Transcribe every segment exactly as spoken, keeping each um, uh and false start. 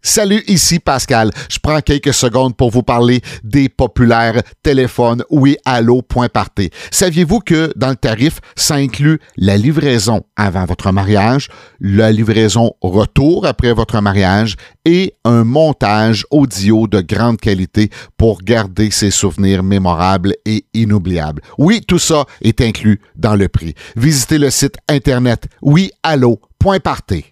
Salut, ici Pascal. Je prends quelques secondes pour vous parler des populaires téléphones oui allo point party. Saviez-vous que dans le tarif, ça inclut la livraison avant votre mariage, la livraison retour après votre mariage et un montage audio de grande qualité pour garder ses souvenirs mémorables et inoubliables. Oui, tout ça est inclus dans le prix. Visitez le site internet oui allo point party.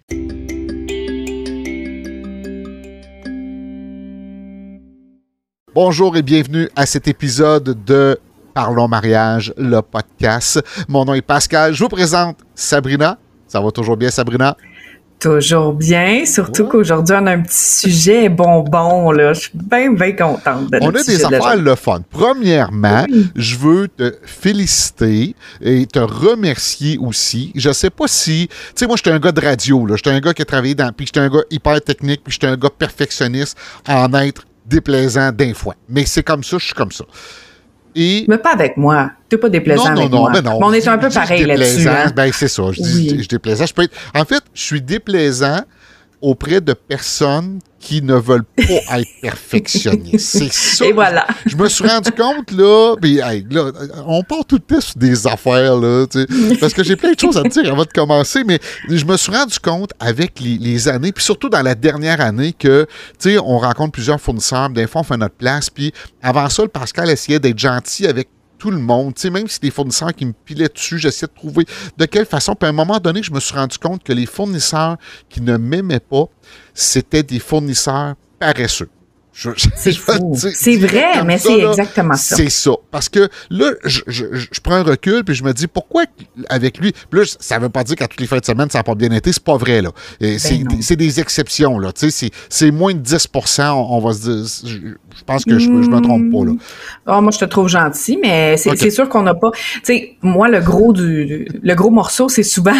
Bonjour et bienvenue à cet épisode de Parlons Mariage, le podcast. Mon nom est Pascal. Je vous présente Sabrina. Ça va toujours bien, Sabrina? Toujours bien, surtout ouais. qu'aujourd'hui, on a un petit sujet bonbon, là. Je suis bien, bien contente de On notre a des sujet affaires le fun. Premièrement, oui. je veux te féliciter et te remercier aussi. Je sais pas si... Tu sais, moi, j'étais un gars de radio, là. J'étais un gars qui a travaillé dans... Puis j'étais un gars hyper technique, puis j'étais un gars perfectionniste en être déplaisant d'un fois. Mais c'est comme ça, je suis comme ça. Et... Mais pas avec moi. T'es pas déplaisant non, non, avec non, moi. Ben non, mais on est un peu pareil là-dessus. Hein? Ben c'est ça. Je dis, oui. je déplaisant. Je peux être... En fait, je suis déplaisant auprès de personnes qui ne veulent pas être perfectionnistes. C'est ça. Et voilà. Je me suis rendu compte, là, puis, hey, là, on part tout le temps sur des affaires, là, tu sais, parce que j'ai plein de choses à te dire avant de commencer, mais je me suis rendu compte avec les, les années, puis surtout dans la dernière année, que, tu sais, on rencontre plusieurs fournisseurs, des fois, on fait notre place, puis avant ça, le Pascal essayait d'être gentil avec tout le monde, tu sais, même si des fournisseurs qui me pilaient dessus, j'essayais de trouver de quelle façon. Puis à un moment donné, je me suis rendu compte que les fournisseurs qui ne m'aimaient pas, c'était des fournisseurs paresseux. Je, c'est je fou. C'est vrai, mais ça, c'est là, exactement ça. C'est ça. Parce que là, je, je, je prends un recul puis je me dis, pourquoi avec lui... Plus, ça ne veut pas dire qu'à toutes les fins de semaine, ça n'a pas bien été. C'est pas vrai, là. Ben c'est, c'est des exceptions, là. Tu sais, c'est, c'est moins de dix pour cent, on, on va se dire... Je, je pense que je, je me trompe pas, là. Oh, moi, je te trouve gentil, mais c'est, okay. c'est sûr qu'on n'a pas... Tu sais, moi, le gros du le gros morceau, c'est souvent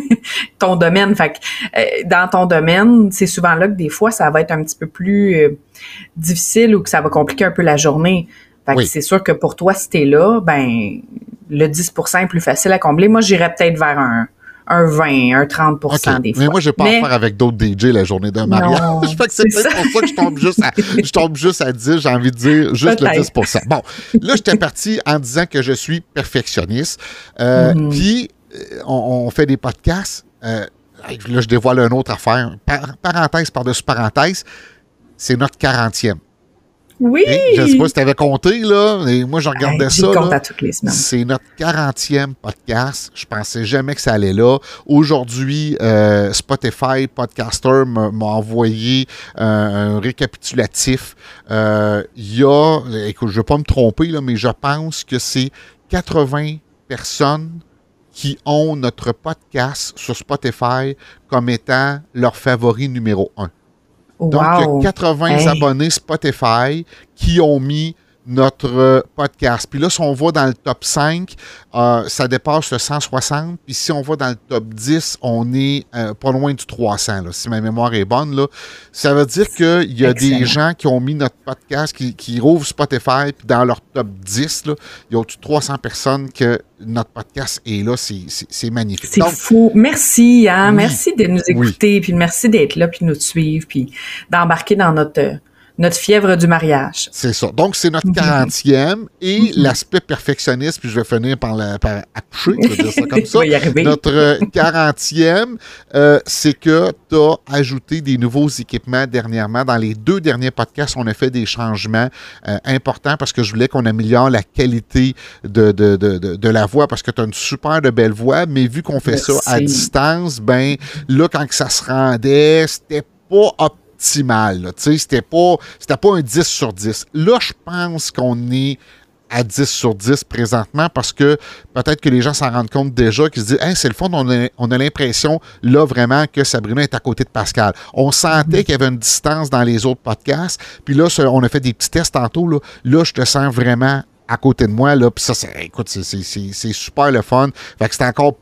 ton domaine. Fait que euh, dans ton domaine, c'est souvent là que des fois, ça va être un petit peu plus... Euh, difficile ou que ça va compliquer un peu la journée. Fait oui. que c'est sûr que pour toi, si t'es là, ben le dix pour cent est plus facile à combler. Moi, j'irais peut-être vers un, un vingt, un trente pour cent okay. des fois. Mais moi, j'ai pas mais... affaire avec d'autres D J la journée d'un mariage. Fait que c'est, c'est peut-être ça. Pour ça que je tombe juste à, je tombe juste à dix, j'ai envie de dire juste peut-être. Le dix pour cent. Bon, là, j'étais parti en disant que je suis perfectionniste. Euh, mm. Puis, on, on fait des podcasts. Euh, là, je dévoile une autre affaire. Par, parenthèse par-dessus parenthèse. C'est notre quarantième. Oui! Et je ne sais pas si tu avais compté, là. Et moi, je regardais hey, ça. Je compte là. à toutes les semaines. C'est notre quarantième podcast. Je pensais jamais que ça allait là. Aujourd'hui, euh, Spotify Podcaster m'a, m'a envoyé euh, un récapitulatif. Il euh, y a, écoute, je ne vais pas me tromper, là, mais je pense que c'est quatre-vingts personnes qui ont notre podcast sur Spotify comme étant leur favori numéro un. Donc, wow. il y a quatre-vingts hey. abonnés Spotify qui ont mis notre podcast. Puis là, si on va dans le top cinq, euh, ça dépasse le cent soixante. Puis si on va dans le top dix, on est euh, pas loin du trois cents, là, si ma mémoire est bonne. Là. Ça veut dire qu'il y a Excellent. Des gens qui ont mis notre podcast, qui, qui rouvrent Spotify, puis dans leur top dix, là, il y a au-dessus de trois cents personnes que notre podcast est là. C'est, c'est, c'est magnifique. C'est Donc, fou. Merci. Hein? Oui, merci de nous écouter, oui. puis merci d'être là, puis de nous suivre, puis d'embarquer dans notre... Notre fièvre du mariage. C'est ça. Donc, c'est notre quarantième et mm-hmm. l'aspect perfectionniste, puis je vais finir par, la, par accoucher, je vais dire ça comme ça. Notre quarantième, euh, c'est que tu as ajouté des nouveaux équipements dernièrement. Dans les deux derniers podcasts, on a fait des changements euh, importants parce que je voulais qu'on améliore la qualité de, de, de, de, de la voix parce que tu as une super de belle voix, mais vu qu'on fait Merci. Ça à distance, ben là, quand ça se rendait, c'était pas optimal. Optimal, là, tu sais, c'était pas, c'était pas un dix sur dix. Là, je pense qu'on est à dix sur dix présentement parce que peut-être que les gens s'en rendent compte déjà, qu'ils se disent hey, c'est le fond, on a, on a l'impression là vraiment que Sabrina est à côté de Pascal. On sentait qu'il y avait une distance dans les autres podcasts. Puis là, on a fait des petits tests tantôt. Là, là je te sens vraiment à côté de moi. Là, puis ça, c'est, écoute, c'est, c'est, c'est, c'est super le fun. Fait que c'est encore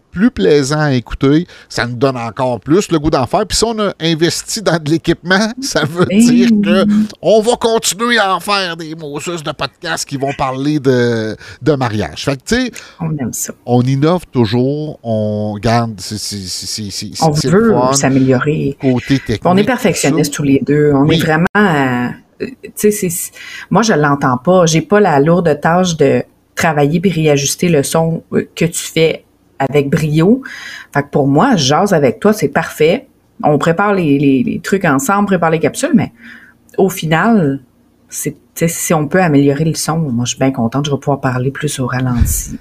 plus plaisant à écouter, ça nous donne encore plus le goût d'en faire. Puis si on a investi dans de l'équipement, ça veut hey. dire qu'on va continuer à en faire des Moses de podcasts qui vont parler de, de mariage. Fait que, tu sais, on aime ça. On innove toujours, on garde, c'est, c'est, c'est, c'est, on c'est veut fun, s'améliorer. Côté technique. On est perfectionnistes tous les deux. On oui. est vraiment, euh, tu sais, c'est, moi je l'entends pas. J'ai pas la lourde tâche de travailler puis réajuster le son que tu fais avec brio. Fait que pour moi, je jase avec toi, c'est parfait. On prépare les, les, les trucs ensemble, on prépare les capsules, mais au final, c'est, si on peut améliorer le son, moi je suis bien contente, je vais pouvoir parler plus au ralenti.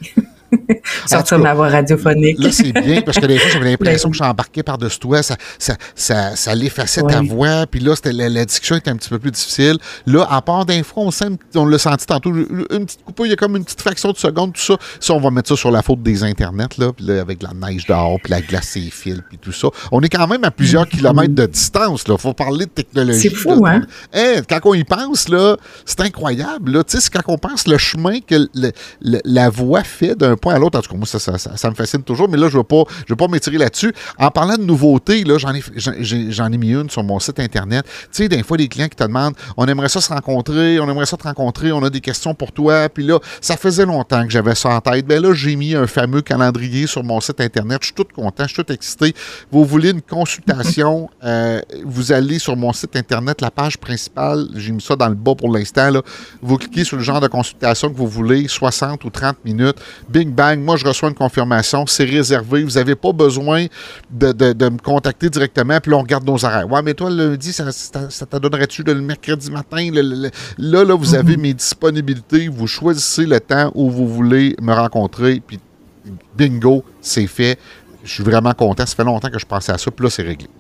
Sortir de ma voix radiophonique. Là, c'est bien, parce que des fois, j'avais l'impression que j'embarquais par-dessus toi, ça, ça, ça, ça l'effaçait oui. ta voix, puis là, c'était, la, la discussion était un petit peu plus difficile. Là, à part d'infos, on, sent, on l'a senti tantôt, une petite coupure, il y a comme une petite fraction de seconde, tout ça. Ça, on va mettre ça sur la faute des internets, là, puis là, avec la neige dehors, puis la glace et les fils, puis tout ça. On est quand même à plusieurs mmh. kilomètres de distance, là. Faut parler de technologie. C'est fou, là. hein? Hey, quand on y pense, là, c'est incroyable, là. Tu sais, c'est quand on pense le chemin que le, le, la voix fait d'un point à l'autre. En tout cas, moi, ça, ça, ça, ça me fascine toujours, mais là, je ne vais pas, je vais pas m'étirer là-dessus. En parlant de nouveautés, là, j'en ai, j'ai, j'en ai mis une sur mon site Internet. Tu sais, des fois, des clients qui te demandent, on aimerait ça se rencontrer, on aimerait ça te rencontrer, on a des questions pour toi. Puis là, ça faisait longtemps que j'avais ça en tête. Bien là, j'ai mis un fameux calendrier sur mon site Internet. Je suis tout content, je suis tout excité. Vous voulez une consultation, euh, vous allez sur mon site Internet, la page principale, j'ai mis ça dans le bas pour l'instant, là. Vous cliquez sur le genre de consultation que vous voulez, soixante ou trente minutes. Bing bang, moi je reçois une confirmation, c'est réservé, vous n'avez pas besoin de, de, de me contacter directement, puis là on regarde nos horaires. Ouais, mais toi le lundi, ça, ça, ça te donnerait-tu le mercredi matin? Le, le, là, là, vous avez mm-hmm. mes disponibilités, vous choisissez le temps où vous voulez me rencontrer, puis bingo, c'est fait. Je suis vraiment content, ça fait longtemps que je pensais à ça, puis là c'est réglé.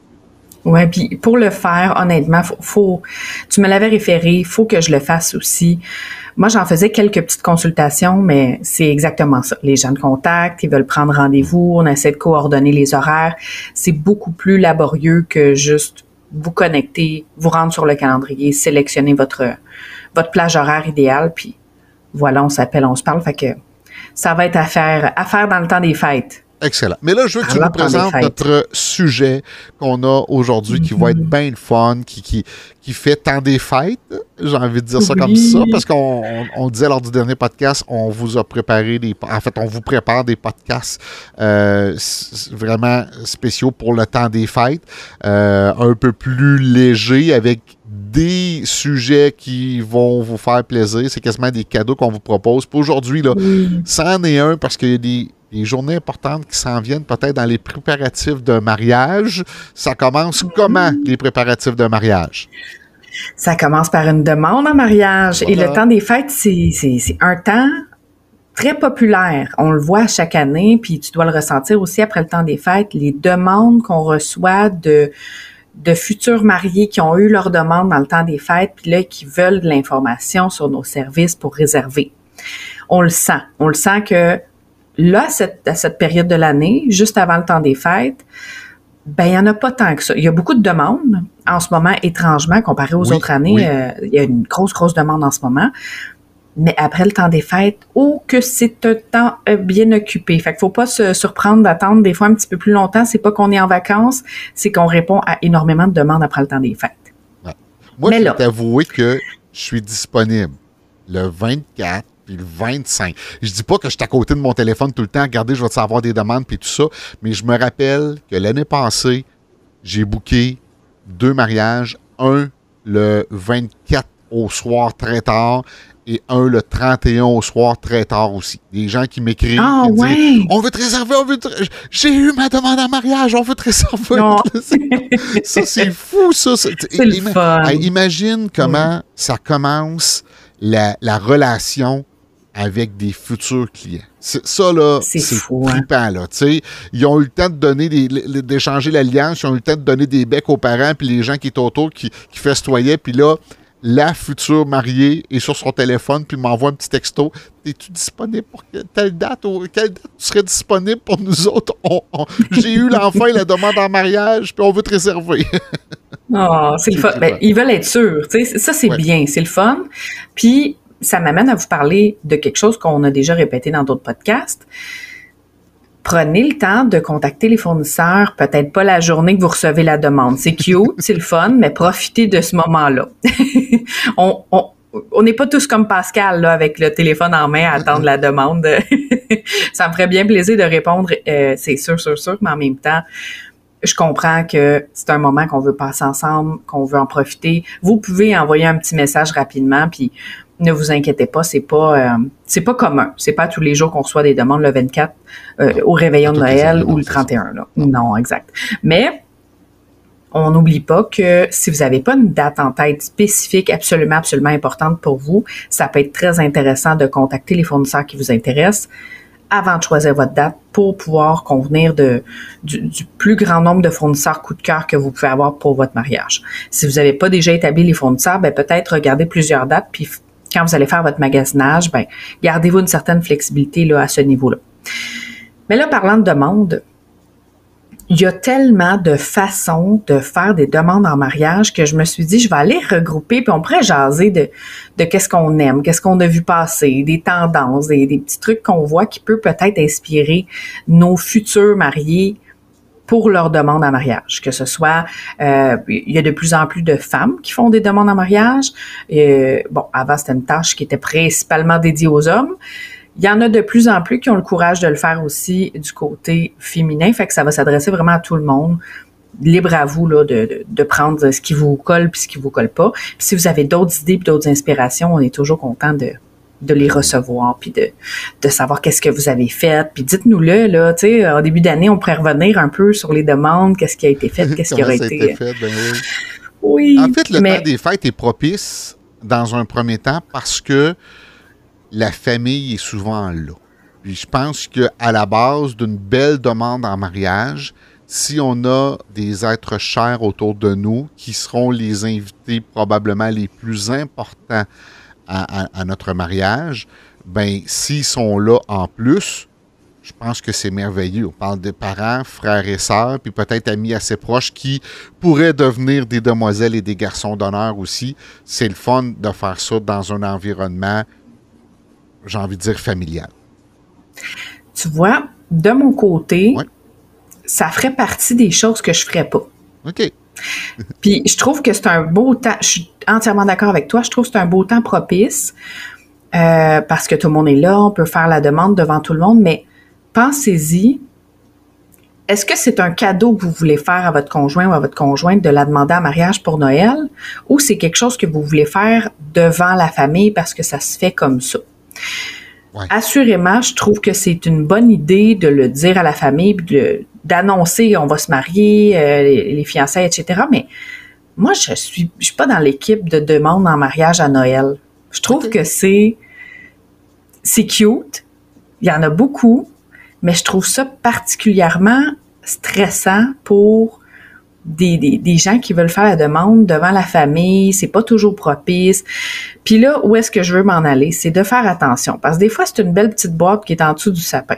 Ouais, puis pour le faire, honnêtement, faut, faut, tu me l'avais référé, il faut que je le fasse aussi. Moi, j'en faisais quelques petites consultations, mais c'est exactement ça. Les gens me contactent, ils veulent prendre rendez-vous, on essaie de coordonner les horaires. C'est beaucoup plus laborieux que juste vous connecter, vous rendre sur le calendrier, sélectionner votre votre plage horaire idéale, puis voilà, on s'appelle, on se parle. Fait que ça va être à faire, à faire dans le temps des fêtes. Excellent. Mais là, je veux que tu nous présentes notre sujet qu'on a aujourd'hui, mm-hmm. qui va être bien le fun, qui, qui, qui fait temps des fêtes. J'ai envie de dire ça oui. comme ça, parce qu'on on, on disait lors du dernier podcast, on vous a préparé des... En fait, on vous prépare des podcasts euh, vraiment spéciaux pour le temps des fêtes, euh, un peu plus légers, avec des sujets qui vont vous faire plaisir. C'est quasiment des cadeaux qu'on vous propose. Puis aujourd'hui, là, oui. ça en est un, parce qu'il y a des... des journées importantes qui s'en viennent peut-être dans les préparatifs de mariage. Ça commence comment, les préparatifs de mariage? Ça commence par une demande en mariage. Voilà. Et le temps des fêtes, c'est, c'est, c'est un temps très populaire. On le voit chaque année, puis tu dois le ressentir aussi après le temps des fêtes. Les demandes qu'on reçoit de, de futurs mariés qui ont eu leur demande dans le temps des fêtes, puis là, qui veulent de l'information sur nos services pour réserver. On le sent. On le sent que là, à cette, à cette période de l'année, juste avant le temps des fêtes, ben il n'y en a pas tant que ça. Il y a beaucoup de demandes en ce moment, étrangement, comparé aux oui, autres années. Oui. Euh, il y a une grosse, grosse demande en ce moment. Mais après le temps des fêtes, oh que c'est un temps bien occupé. Fait qu'il faut pas se surprendre d'attendre des fois un petit peu plus longtemps. C'est pas qu'on est en vacances, c'est qu'on répond à énormément de demandes après le temps des fêtes. Ouais. Moi, Mais je vais t'avouer que je suis disponible le vingt-quatre puis le vingt-cinq. Je dis pas que je suis à côté de mon téléphone tout le temps, regardez, je vais te savoir des demandes puis tout ça, mais je me rappelle que l'année passée, j'ai booké deux mariages, un le vingt-quatre au soir très tard et un le trente et un au soir très tard aussi. Des gens qui m'écrivent, oh, qui ouais. disent « On veut te réserver, on veut te... j'ai eu ma demande en mariage, on veut te réserver. » Ça, c'est fou, ça. C'est, c'est le Ima- fun. Imagine comment oui. ça commence la, la relation avec des futurs clients. C'est, ça, là, c'est, c'est fou, trippant, hein? là. T'sais, ils ont eu le temps de donner des, d'échanger l'alliance, ils ont eu le temps de donner des becs aux parents, puis les gens qui étaient autour, qui, qui festoyaient, puis là, la future mariée est sur son téléphone, puis m'envoie un petit texto. Es-tu disponible pour telle date? Ou quelle date tu serais disponible pour nous autres? On, on, j'ai eu l'enfant et la demande en mariage, puis on veut te réserver. Oh, c'est, c'est le fun. Ben, ils veulent être sûrs. T'sais. Ça, c'est ouais. bien, c'est le fun. Puis, ça m'amène à vous parler de quelque chose qu'on a déjà répété dans d'autres podcasts. prenez le temps de contacter les fournisseurs, peut-être pas la journée que vous recevez la demande. C'est cute, c'est le fun, mais profitez de ce moment-là. on, on, on n'est pas tous comme Pascal, là, avec le téléphone en main à attendre la demande. Ça me ferait bien plaisir de répondre, euh, c'est sûr, sûr, sûr, mais en même temps, je comprends que c'est un moment qu'on veut passer ensemble, qu'on veut en profiter. Vous pouvez envoyer un petit message rapidement, puis ne vous inquiétez pas, c'est pas euh, c'est pas commun. C'est pas tous les jours qu'on reçoit des demandes le vingt-quatre euh, au réveillon de Noël ou le trente et un. Là. Non, exact. Mais on n'oublie pas que si vous n'avez pas une date en tête spécifique, absolument, absolument importante pour vous, ça peut être très intéressant de contacter les fournisseurs qui vous intéressent avant de choisir votre date pour pouvoir convenir de, du, du plus grand nombre de fournisseurs coup de cœur que vous pouvez avoir pour votre mariage. Si vous n'avez pas déjà établi les fournisseurs, ben peut-être regardez plusieurs dates, puis quand vous allez faire votre magasinage, ben gardez-vous une certaine flexibilité là, à ce niveau-là. Mais là, parlant de demande, il y a tellement de façons de faire des demandes en mariage que je me suis dit, je vais aller regrouper, puis on pourrait jaser de, de qu'est-ce qu'on aime, qu'est-ce qu'on a vu passer, des tendances, des, des petits trucs qu'on voit qui peut peut-être inspirer nos futurs mariés pour leur demande en mariage. Que ce soit, euh, il y a de plus en plus de femmes qui font des demandes en mariage. Euh, bon, avant, c'était une tâche qui était principalement dédiée aux hommes. Il y en a de plus en plus qui ont le courage de le faire aussi du côté féminin, fait que ça va s'adresser vraiment à tout le monde. Libre à vous là, de, de, de prendre ce qui vous colle puis ce qui vous colle pas. Puis si vous avez d'autres idées puis d'autres inspirations, on est toujours content de, de les recevoir puis de, de savoir qu'est-ce que vous avez fait. Puis dites-nous-le, là, tu sais, en début d'année, on pourrait revenir un peu sur les demandes, qu'est-ce qui a été fait, qu'est-ce qui aurait été... été fait, ben oui. Oui. En fait, le mais... temps des fêtes est propice dans un premier temps parce que la famille est souvent là. Puis je pense qu'à la base d'une belle demande en mariage, si on a des êtres chers autour de nous qui seront les invités probablement les plus importants à, à, à notre mariage, ben s'ils sont là en plus, je pense que c'est merveilleux. On parle des parents, frères et sœurs, puis peut-être amis assez proches qui pourraient devenir des demoiselles et des garçons d'honneur aussi. C'est le fun de faire ça dans un environnement, j'ai envie de dire, familial. Tu vois, de mon côté, ouais. ça ferait partie des choses que je ferais pas. OK. Puis je trouve que c'est un beau temps, je suis entièrement d'accord avec toi, je trouve que c'est un beau temps propice euh, parce que tout le monde est là, on peut faire la demande devant tout le monde, mais pensez-y, est-ce que c'est un cadeau que vous voulez faire à votre conjoint ou à votre conjointe de la demander en mariage pour Noël ou c'est quelque chose que vous voulez faire devant la famille parce que ça se fait comme ça? Ouais. Assurément, je trouve que c'est une bonne idée de le dire à la famille, de, d'annoncer on va se marier, euh, les, les fiançailles, et cetera. Mais moi, je suis, je suis pas dans l'équipe de demande en mariage à Noël. Je trouve okay. que c'est, c'est cute. Il y en a beaucoup, mais je trouve ça particulièrement stressant pour Des, des, des gens qui veulent faire la demande devant la famille, c'est pas toujours propice. Puis là, où est-ce que je veux m'en aller? C'est de faire attention. Parce que des fois, c'est une belle petite boîte qui est en dessous du sapin.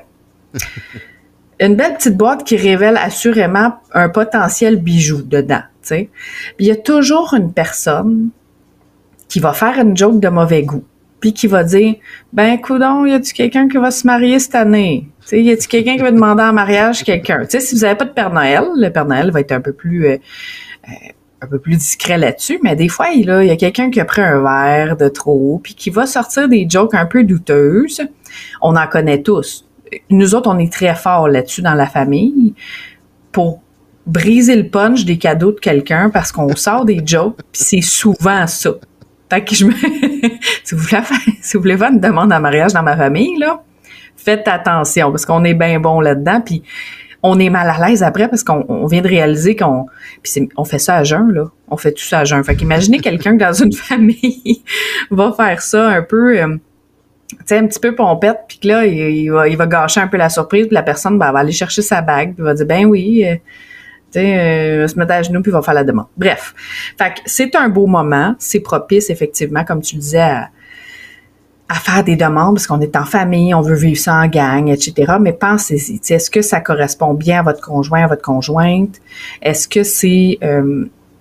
Une belle petite boîte qui révèle assurément un potentiel bijou dedans, tu sais. Puis il y a toujours une personne qui va faire une joke de mauvais goût. Puis qui va dire, ben, coudonc, y a-tu quelqu'un qui va se marier cette année? Tu sais, y a-tu quelqu'un qui va demander en mariage quelqu'un? Tu sais, si vous n'avez pas de Père Noël, le Père Noël va être un peu plus, euh, euh, un peu plus discret là-dessus, mais des fois, il y a quelqu'un qui a pris un verre de trop, puis qui va sortir des jokes un peu douteuses. On en connaît tous. Nous autres, on est très forts là-dessus dans la famille pour briser le punch des cadeaux de quelqu'un parce qu'on sort des jokes, puis c'est souvent ça. Fait que je me... si vous voulez faire, si vous voulez faire une demande en mariage dans ma famille, là, faites attention parce qu'on est bien bon là-dedans, puis on est mal à l'aise après parce qu'on on vient de réaliser qu'on... Puis c'est, on fait ça à jeun, là. On fait tout ça à jeun. Fait qu'imaginez quelqu'un dans une famille va faire ça un peu... Euh, tu sais, un petit peu pompette, puis que là, il, il, va, il va gâcher un peu la surprise, puis la personne ben, va aller chercher sa bague, puis va dire, ben oui... Euh, tu sais, euh, se mettre à genoux puis va faire la demande. Bref. Fait que c'est un beau moment. C'est propice, effectivement, comme tu le disais, à, à faire des demandes parce qu'on est en famille, on veut vivre ça en gang, et cetera. Mais pensez-y. Tu sais, est-ce que ça correspond bien à votre conjoint, à votre conjointe? Est-ce que c'est euh,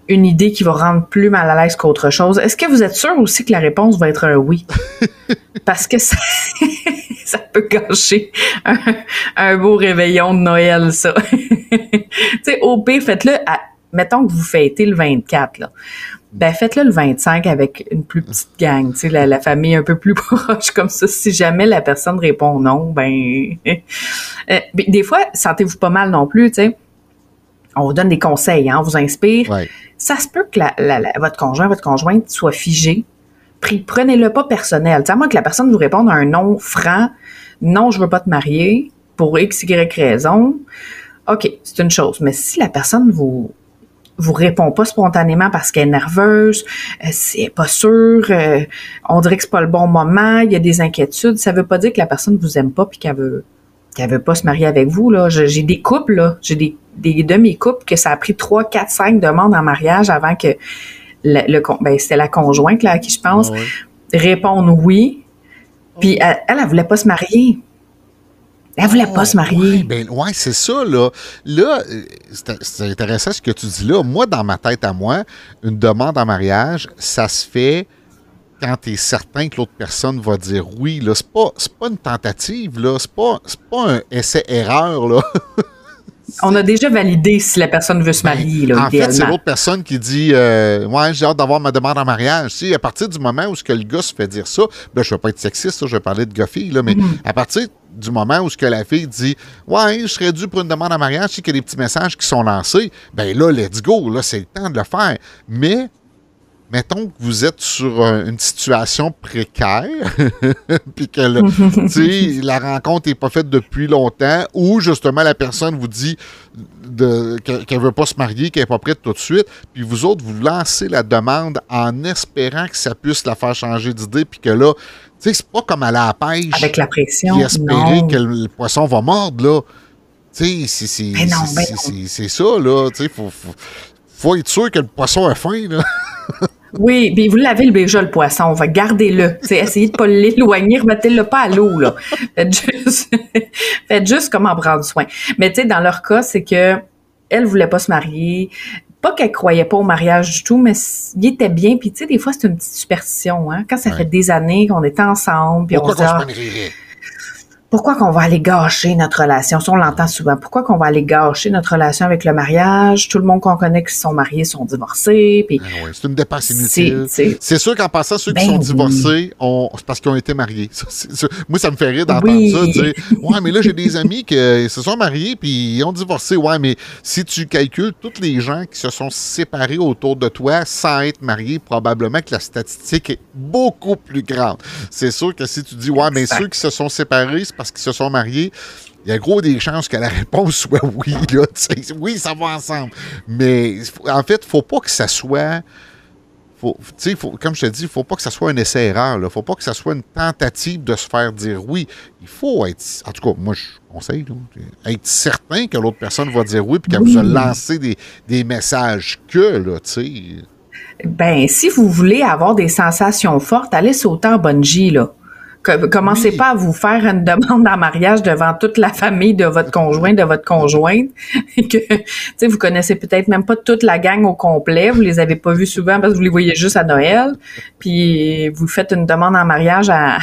une idée qui va rendre plus mal à l'aise qu'autre chose. Est-ce que vous êtes sûr aussi que la réponse va être un oui? Parce que ça, ça peut gâcher un, un beau réveillon de Noël, ça. Tu sais, au pire, faites-le, à, mettons que vous fêtez le vingt-quatre, là. Ben, faites-le le vingt-cinq avec une plus petite gang, tu sais, la, la famille un peu plus proche, comme ça. Si jamais la personne répond non, ben... euh, des fois, sentez-vous pas mal non plus, tu sais. On vous donne des conseils, hein, on vous inspire. Ouais. Ça se peut que la, la, la, votre conjoint, votre conjointe soit figé. Prenez-le pas personnel. T'sais, à moins que la personne vous réponde à un non franc, non, je veux pas te marier, pour X, Y raison. OK, c'est une chose. Mais si la personne vous vous répond pas spontanément parce qu'elle est nerveuse, euh, c'est pas sûr, euh, on dirait que c'est pas le bon moment, il y a des inquiétudes, ça veut pas dire que la personne vous aime pas puis qu'elle veut qu'elle veut pas se marier avec vous, là. J'ai des couples, là. J'ai des, des de mes couples que ça a pris trois, quatre, cinq demandes en mariage avant que le, le ben, c'était la conjointe, là, à qui je pense, ah oui. répondre oui. Puis elle, elle, elle voulait pas se marier. Elle voulait oh, pas se marier. Oui, ben, ouais, c'est ça, là. Là, c'est, c'est intéressant ce que tu dis là. Moi, dans ma tête à moi, une demande en mariage, ça se fait quand tu es certain que l'autre personne va dire oui. Là. C'est pas, c'est pas une tentative, là. C'est pas, c'est pas un essai-erreur, là. On a déjà validé si la personne veut se marier, là, en idéalement. fait, c'est l'autre personne qui dit euh, « Ouais, j'ai hâte d'avoir ma demande en mariage. » Si, à partir du moment où ce que le gars se fait dire ça, ben, je ne vais pas être sexiste, là, je vais parler de gars-fille, là, mais mm-hmm. à partir du moment où ce que la fille dit « Ouais, je serais dû pour une demande en mariage, je sais qu'il y a des petits messages qui sont lancés. » Ben là, let's go, là, c'est le temps de le faire. Mais... mettons que vous êtes sur euh, une situation précaire, puis que le, la rencontre n'est pas faite depuis longtemps, ou justement la personne vous dit de, que, qu'elle ne veut pas se marier, qu'elle n'est pas prête tout de suite, puis vous autres, vous lancez la demande en espérant que ça puisse la faire changer d'idée, puis que là, tu sais, c'est pas comme aller à la pêche. Avec la pression, puis espérer non. que le, le poisson va mordre, là. Tu sais, c'est, c'est, ben non, ben c'est, c'est, c'est ça, là. Tu sais, il faut, faut, faut être sûr que le poisson a faim, là. Oui, puis vous l'avez déjà, le poisson. On va garder-le. T'sais, essayez de ne pas l'éloigner, remettez-le pas à l'eau, là. Faites juste, faites juste comment prendre soin. Mais tu sais, dans leur cas, c'est que elle voulait pas se marier. Pas qu'elle croyait pas au mariage du tout, mais il était bien. Puis tu sais, des fois, c'est une petite superstition, hein. Quand ça ouais. fait des années qu'on est ensemble, puis on se dit, ah, pourquoi qu'on va aller gâcher notre relation? Ça, on l'entend souvent. Pourquoi qu'on va aller gâcher notre relation avec le mariage? Tout le monde qu'on connaît qui sont mariés sont divorcés. Puis ah oui, c'est une dépense inutile. C'est, c'est sûr qu'en passant, ceux ben qui sont divorcés, oui. on, c'est parce qu'ils ont été mariés. Ça, c'est, moi, ça me fait rire d'entendre oui. ça, dire « Ouais, mais là, j'ai des amis qui se sont mariés puis ils ont divorcé. » Ouais, mais si tu calcules tous les gens qui se sont séparés autour de toi sans être mariés, probablement que la statistique est beaucoup plus grande. C'est sûr que si tu dis « Ouais, mais exact. Ceux qui se sont séparés, c'est parce qu'ils se sont mariés, il y a gros des chances que la réponse soit oui. Là, oui, ça va ensemble. Mais en fait, il ne faut pas que ça soit... Faut, faut, comme je te dis, il ne faut pas que ça soit un essai-erreur. Il ne faut pas que ça soit une tentative de se faire dire oui. Il faut être... En tout cas, moi, je conseille, là, être certain que l'autre personne va dire oui puis qu'elle oui. vous a lancé des, des messages que, là, tu sais... Ben, si vous voulez avoir des sensations fortes, allez sauter en bungee, là. Commencez oui. pas à vous faire une demande en mariage devant toute la famille de votre conjoint, de votre conjointe, que, tu sais, vous connaissez peut-être même pas toute la gang au complet, vous les avez pas vus souvent parce que vous les voyez juste à Noël, puis vous faites une demande en mariage à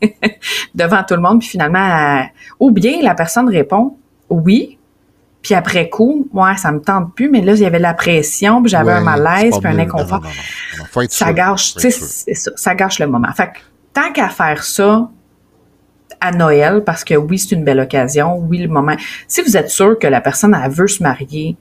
devant tout le monde, puis finalement, à... ou bien la personne répond oui, puis après coup, ouais, ça me tente plus, mais là, il y avait la pression, puis j'avais ouais, un malaise, puis un inconfort. Non, non, non, non. Faut être ça sûr. Gâche, tu sais, c'est ça, ça gâche le moment. Fait que, tant qu'à faire ça à Noël, parce que oui, c'est une belle occasion, oui, le moment. Si vous êtes sûr que la personne, elle veut se marier,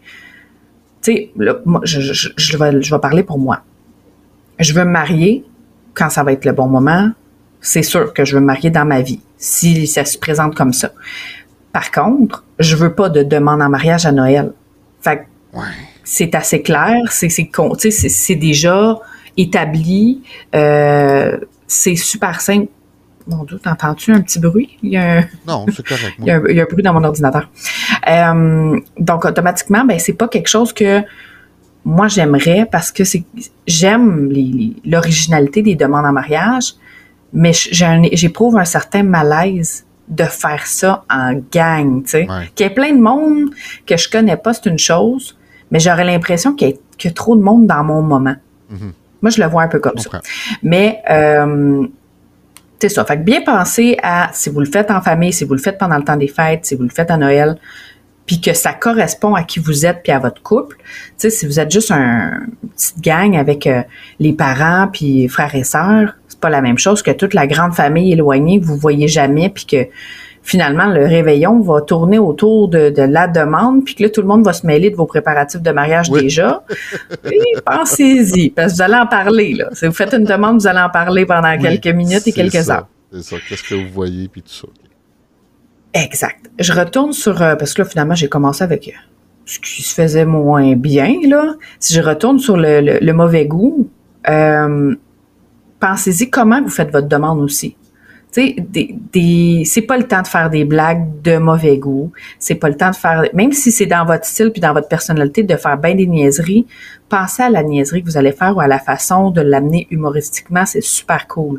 tu sais, je, je, je, vais, je vais parler pour moi. Je veux me marier quand ça va être le bon moment. C'est sûr que je veux me marier dans ma vie, si ça se présente comme ça. Par contre, je veux pas de demande en mariage à Noël. Fait que ouais. c'est assez clair, c'est, c'est, c'est, c'est, c'est déjà établi, euh, c'est super simple. Mon Dieu, t'entends-tu un petit bruit? Il y a un... Non, c'est correct. il, y a un, il y a un bruit dans mon ordinateur. Euh, donc, automatiquement, ben c'est pas quelque chose que moi, j'aimerais parce que c'est j'aime les, l'originalité des demandes en mariage, mais j'ai un, j'éprouve un certain malaise de faire ça en gang, tu sais. Ouais. Qu'il y ait plein de monde que je connais pas, c'est une chose, mais j'aurais l'impression qu'il y ait, qu'il y a trop de monde dans mon moment. Mm-hmm. Moi, je le vois un peu comme ça. Mais, euh, c'est ça. Fait que bien penser à, si vous le faites en famille, si vous le faites pendant le temps des fêtes, si vous le faites à Noël, puis que ça correspond à qui vous êtes puis à votre couple. Tu sais, si vous êtes juste un, une petite gang avec euh, les parents puis frères et sœurs, c'est pas la même chose que toute la grande famille éloignée que vous voyez jamais puis que finalement, le réveillon va tourner autour de, de la demande, puis que là, tout le monde va se mêler de vos préparatifs de mariage oui. déjà. Et pensez-y, parce que vous allez en parler, là. Si vous faites une demande, vous allez en parler pendant oui, quelques minutes et quelques ça, heures. C'est ça. Qu'est-ce que vous voyez, puis tout ça. Exact. Je retourne sur... Euh, parce que là, finalement, j'ai commencé avec euh, ce qui se faisait moins bien, là. Si je retourne sur le, le, le mauvais goût, euh, pensez-y comment vous faites votre demande aussi. Tu sais, des, des, c'est pas le temps de faire des blagues de mauvais goût. C'est pas le temps de faire, même si c'est dans votre style puis dans votre personnalité de faire bien des niaiseries, pensez à la niaiserie que vous allez faire ou à la façon de l'amener humoristiquement, c'est super cool.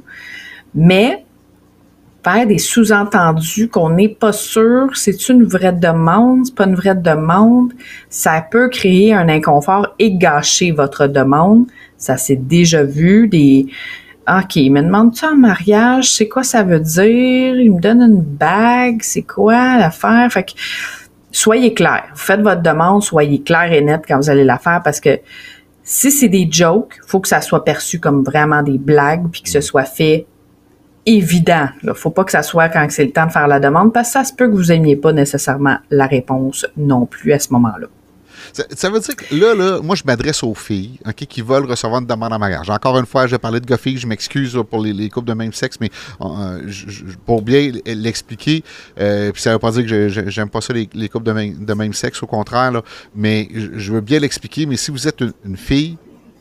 Mais, faire des sous-entendus qu'on n'est pas sûr, c'est une vraie demande, c'est pas une vraie demande, ça peut créer un inconfort et gâcher votre demande. Ça s'est déjà vu, des, OK, il me demande-tu en mariage? C'est quoi ça veut dire? Il me donne une bague? C'est quoi l'affaire? Fait que, soyez clair. Vous faites votre demande, soyez clair et net quand vous allez la faire parce que si c'est des jokes, il faut que ça soit perçu comme vraiment des blagues puis que ce soit fait évident. Il faut pas que ça soit quand c'est le temps de faire la demande parce que ça se peut que vous aimiez pas nécessairement la réponse non plus à ce moment-là. Ça, ça veut dire que là, là, moi, je m'adresse aux filles okay, qui veulent recevoir une demande en mariage. Encore une fois, j'ai parlé de gars-filles, je m'excuse pour les, les couples de même sexe, mais euh, je, je, pour bien l'expliquer, euh, puis ça ne veut pas dire que je, j'aime pas ça, les, les couples de même, de même sexe, au contraire, là, mais je, je veux bien l'expliquer, mais si vous êtes une, une fille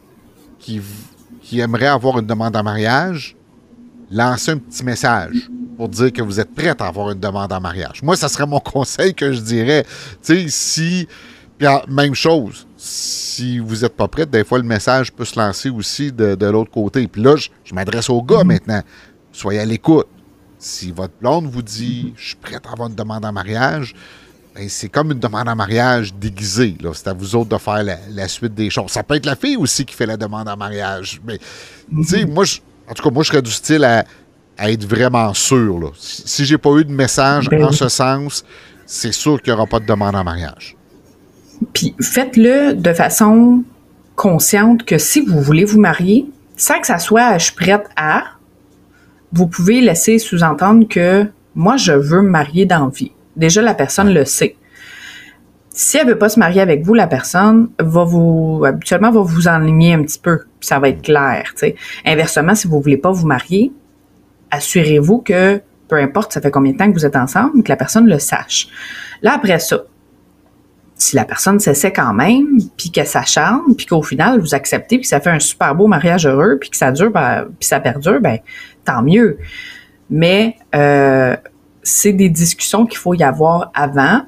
qui, qui aimerait avoir une demande en mariage, lancez un petit message pour dire que vous êtes prête à avoir une demande en mariage. Moi, ça serait mon conseil que je dirais. Tu sais, si... Puis, même chose, si vous n'êtes pas prête, des fois, le message peut se lancer aussi de, de l'autre côté. Puis là, je, je m'adresse aux gars mm-hmm. maintenant. Soyez à l'écoute. Si votre blonde vous dit « Je suis prête à avoir une demande en mariage », ben, c'est comme une demande en mariage déguisée. Là. C'est à vous autres de faire la, la suite des choses. Ça peut être la fille aussi qui fait la demande en mariage. Mais, mm-hmm. tu sais, moi, je, en tout cas, moi, je serais du style à, à être vraiment sûr. Là. Si, si j'ai pas eu de message ben, en ce sens, c'est sûr qu'il n'y aura pas de demande en mariage. Puis faites-le de façon consciente que si vous voulez vous marier, sans que ça soit « je suis prête à », vous pouvez laisser sous-entendre que « moi, je veux me marier dans la vie ». Déjà, la personne le sait. Si elle veut pas se marier avec vous, la personne va vous, habituellement, va vous enligner un petit peu, puis ça va être clair, tu sais. Inversement, si vous voulez pas vous marier, assurez-vous que, peu importe ça fait combien de temps que vous êtes ensemble, que la personne le sache. Là, après ça, si la personne s'essaie quand même, puis qu'elle s'acharne, puis qu'au final, vous acceptez, puis que ça fait un super beau mariage heureux, puis que ça dure, ben, puis ça perdure, ben tant mieux. Mais euh, c'est des discussions qu'il faut y avoir avant.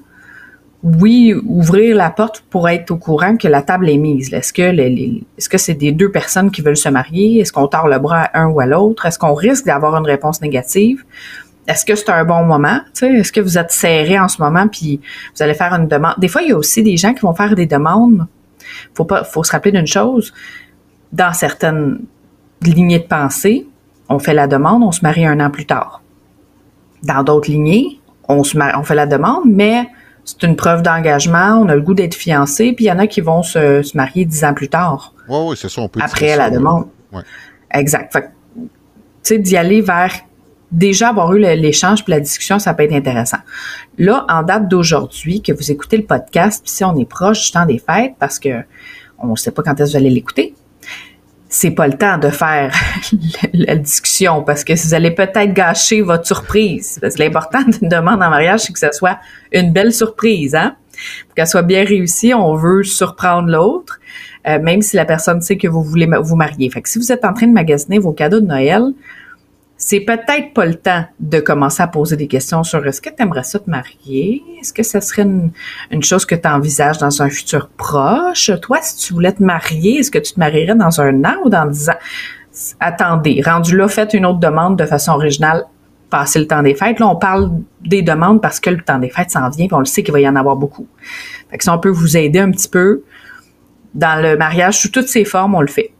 Oui, ouvrir la porte pour être au courant que la table est mise. Est-ce que les, les, est-ce que c'est des deux personnes qui veulent se marier? Est-ce qu'on tord le bras à un ou à l'autre? Est-ce qu'on risque d'avoir une réponse négative? Est-ce que c'est un bon moment? Tu sais, est-ce que vous êtes serré en ce moment puis vous allez faire une demande? Des fois, il y a aussi des gens qui vont faire des demandes. Faut pas, faut se rappeler d'une chose. Dans certaines lignées de pensée, on fait la demande, on se marie un an plus tard. Dans d'autres lignées, on se marie, on fait la demande, mais c'est une preuve d'engagement, on a le goût d'être fiancé, puis il y en a qui vont se, se marier dix ans plus tard. Oui, oui, c'est ça, on peut dire après ça, la demande. Ouais. Exact. Fait que, tu sais, d'y aller vers déjà avoir eu le, l'échange puis la discussion, ça peut être intéressant. Là, en date d'aujourd'hui, que vous écoutez le podcast, puis si on est proche du temps des fêtes, parce que on ne sait pas quand est-ce que vous allez l'écouter, c'est pas le temps de faire la discussion parce que vous allez peut-être gâcher votre surprise. Parce que l'important d'une demande en mariage, c'est que ce soit une belle surprise, hein? Pour qu'elle soit bien réussie, on veut surprendre l'autre, euh, même si la personne sait que vous voulez vous marier. Fait que si vous êtes en train de magasiner vos cadeaux de Noël, c'est peut-être pas le temps de commencer à poser des questions sur est-ce que tu aimerais ça te marier? Est-ce que ça serait une, une chose que tu envisages dans un futur proche? Toi, si tu voulais te marier, est-ce que tu te marierais dans un an ou dans dix ans? Attendez, rendu là, faites une autre demande de façon originale, passez le temps des fêtes. Là, on parle des demandes parce que le temps des fêtes s'en vient et on le sait qu'il va y en avoir beaucoup. Fait que si on peut vous aider un petit peu, dans le mariage, sous toutes ses formes, on le fait.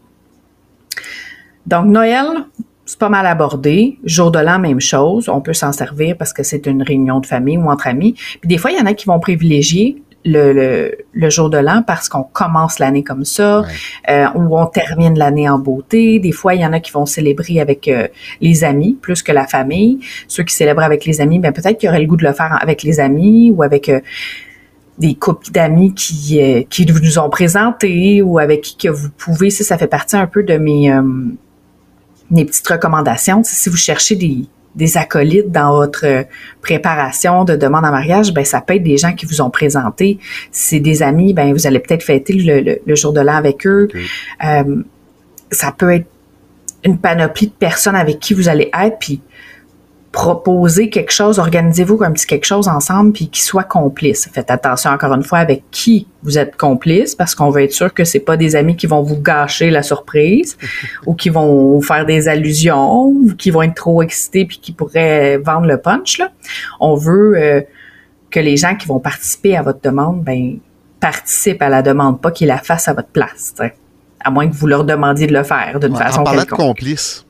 Donc, Noël, c'est pas mal abordé. Jour de l'an, même chose. On peut s'en servir parce que c'est une réunion de famille ou entre amis. Puis des fois, il y en a qui vont privilégier le, le, le jour de l'an parce qu'on commence l'année comme ça, ouais. euh, ou on termine l'année en beauté. Des fois, il y en a qui vont célébrer avec euh, les amis plus que la famille. Ceux qui célèbrent avec les amis, ben peut-être qu'ils auraient le goût de le faire avec les amis ou avec euh, des couples d'amis qui euh, qui nous ont présentés ou avec qui que vous pouvez. Ça, ça fait partie un peu de mes euh, mes petites recommandations. Si vous cherchez des, des acolytes dans votre préparation de demande en mariage, ben ça peut être des gens qui vous ont présenté. Si c'est des amis, ben vous allez peut-être fêter le, le, le jour de l'an avec eux. Okay. Euh, ça peut être une panoplie de personnes avec qui vous allez être, puis proposer quelque chose, organisez-vous un petit quelque chose ensemble, puis qui soit complice. Faites attention encore une fois avec qui vous êtes complice, parce qu'on veut être sûr que c'est pas des amis qui vont vous gâcher la surprise, ou qui vont vous faire des allusions, ou qui vont être trop excités puis qui pourraient vendre le punch, là. On veut euh, que les gens qui vont participer à votre demande, ben participent à la demande, pas qu'ils la fassent à votre place, t'sais. À moins que vous leur demandiez de le faire d'une ouais, façon en parlant quelconque. De complice,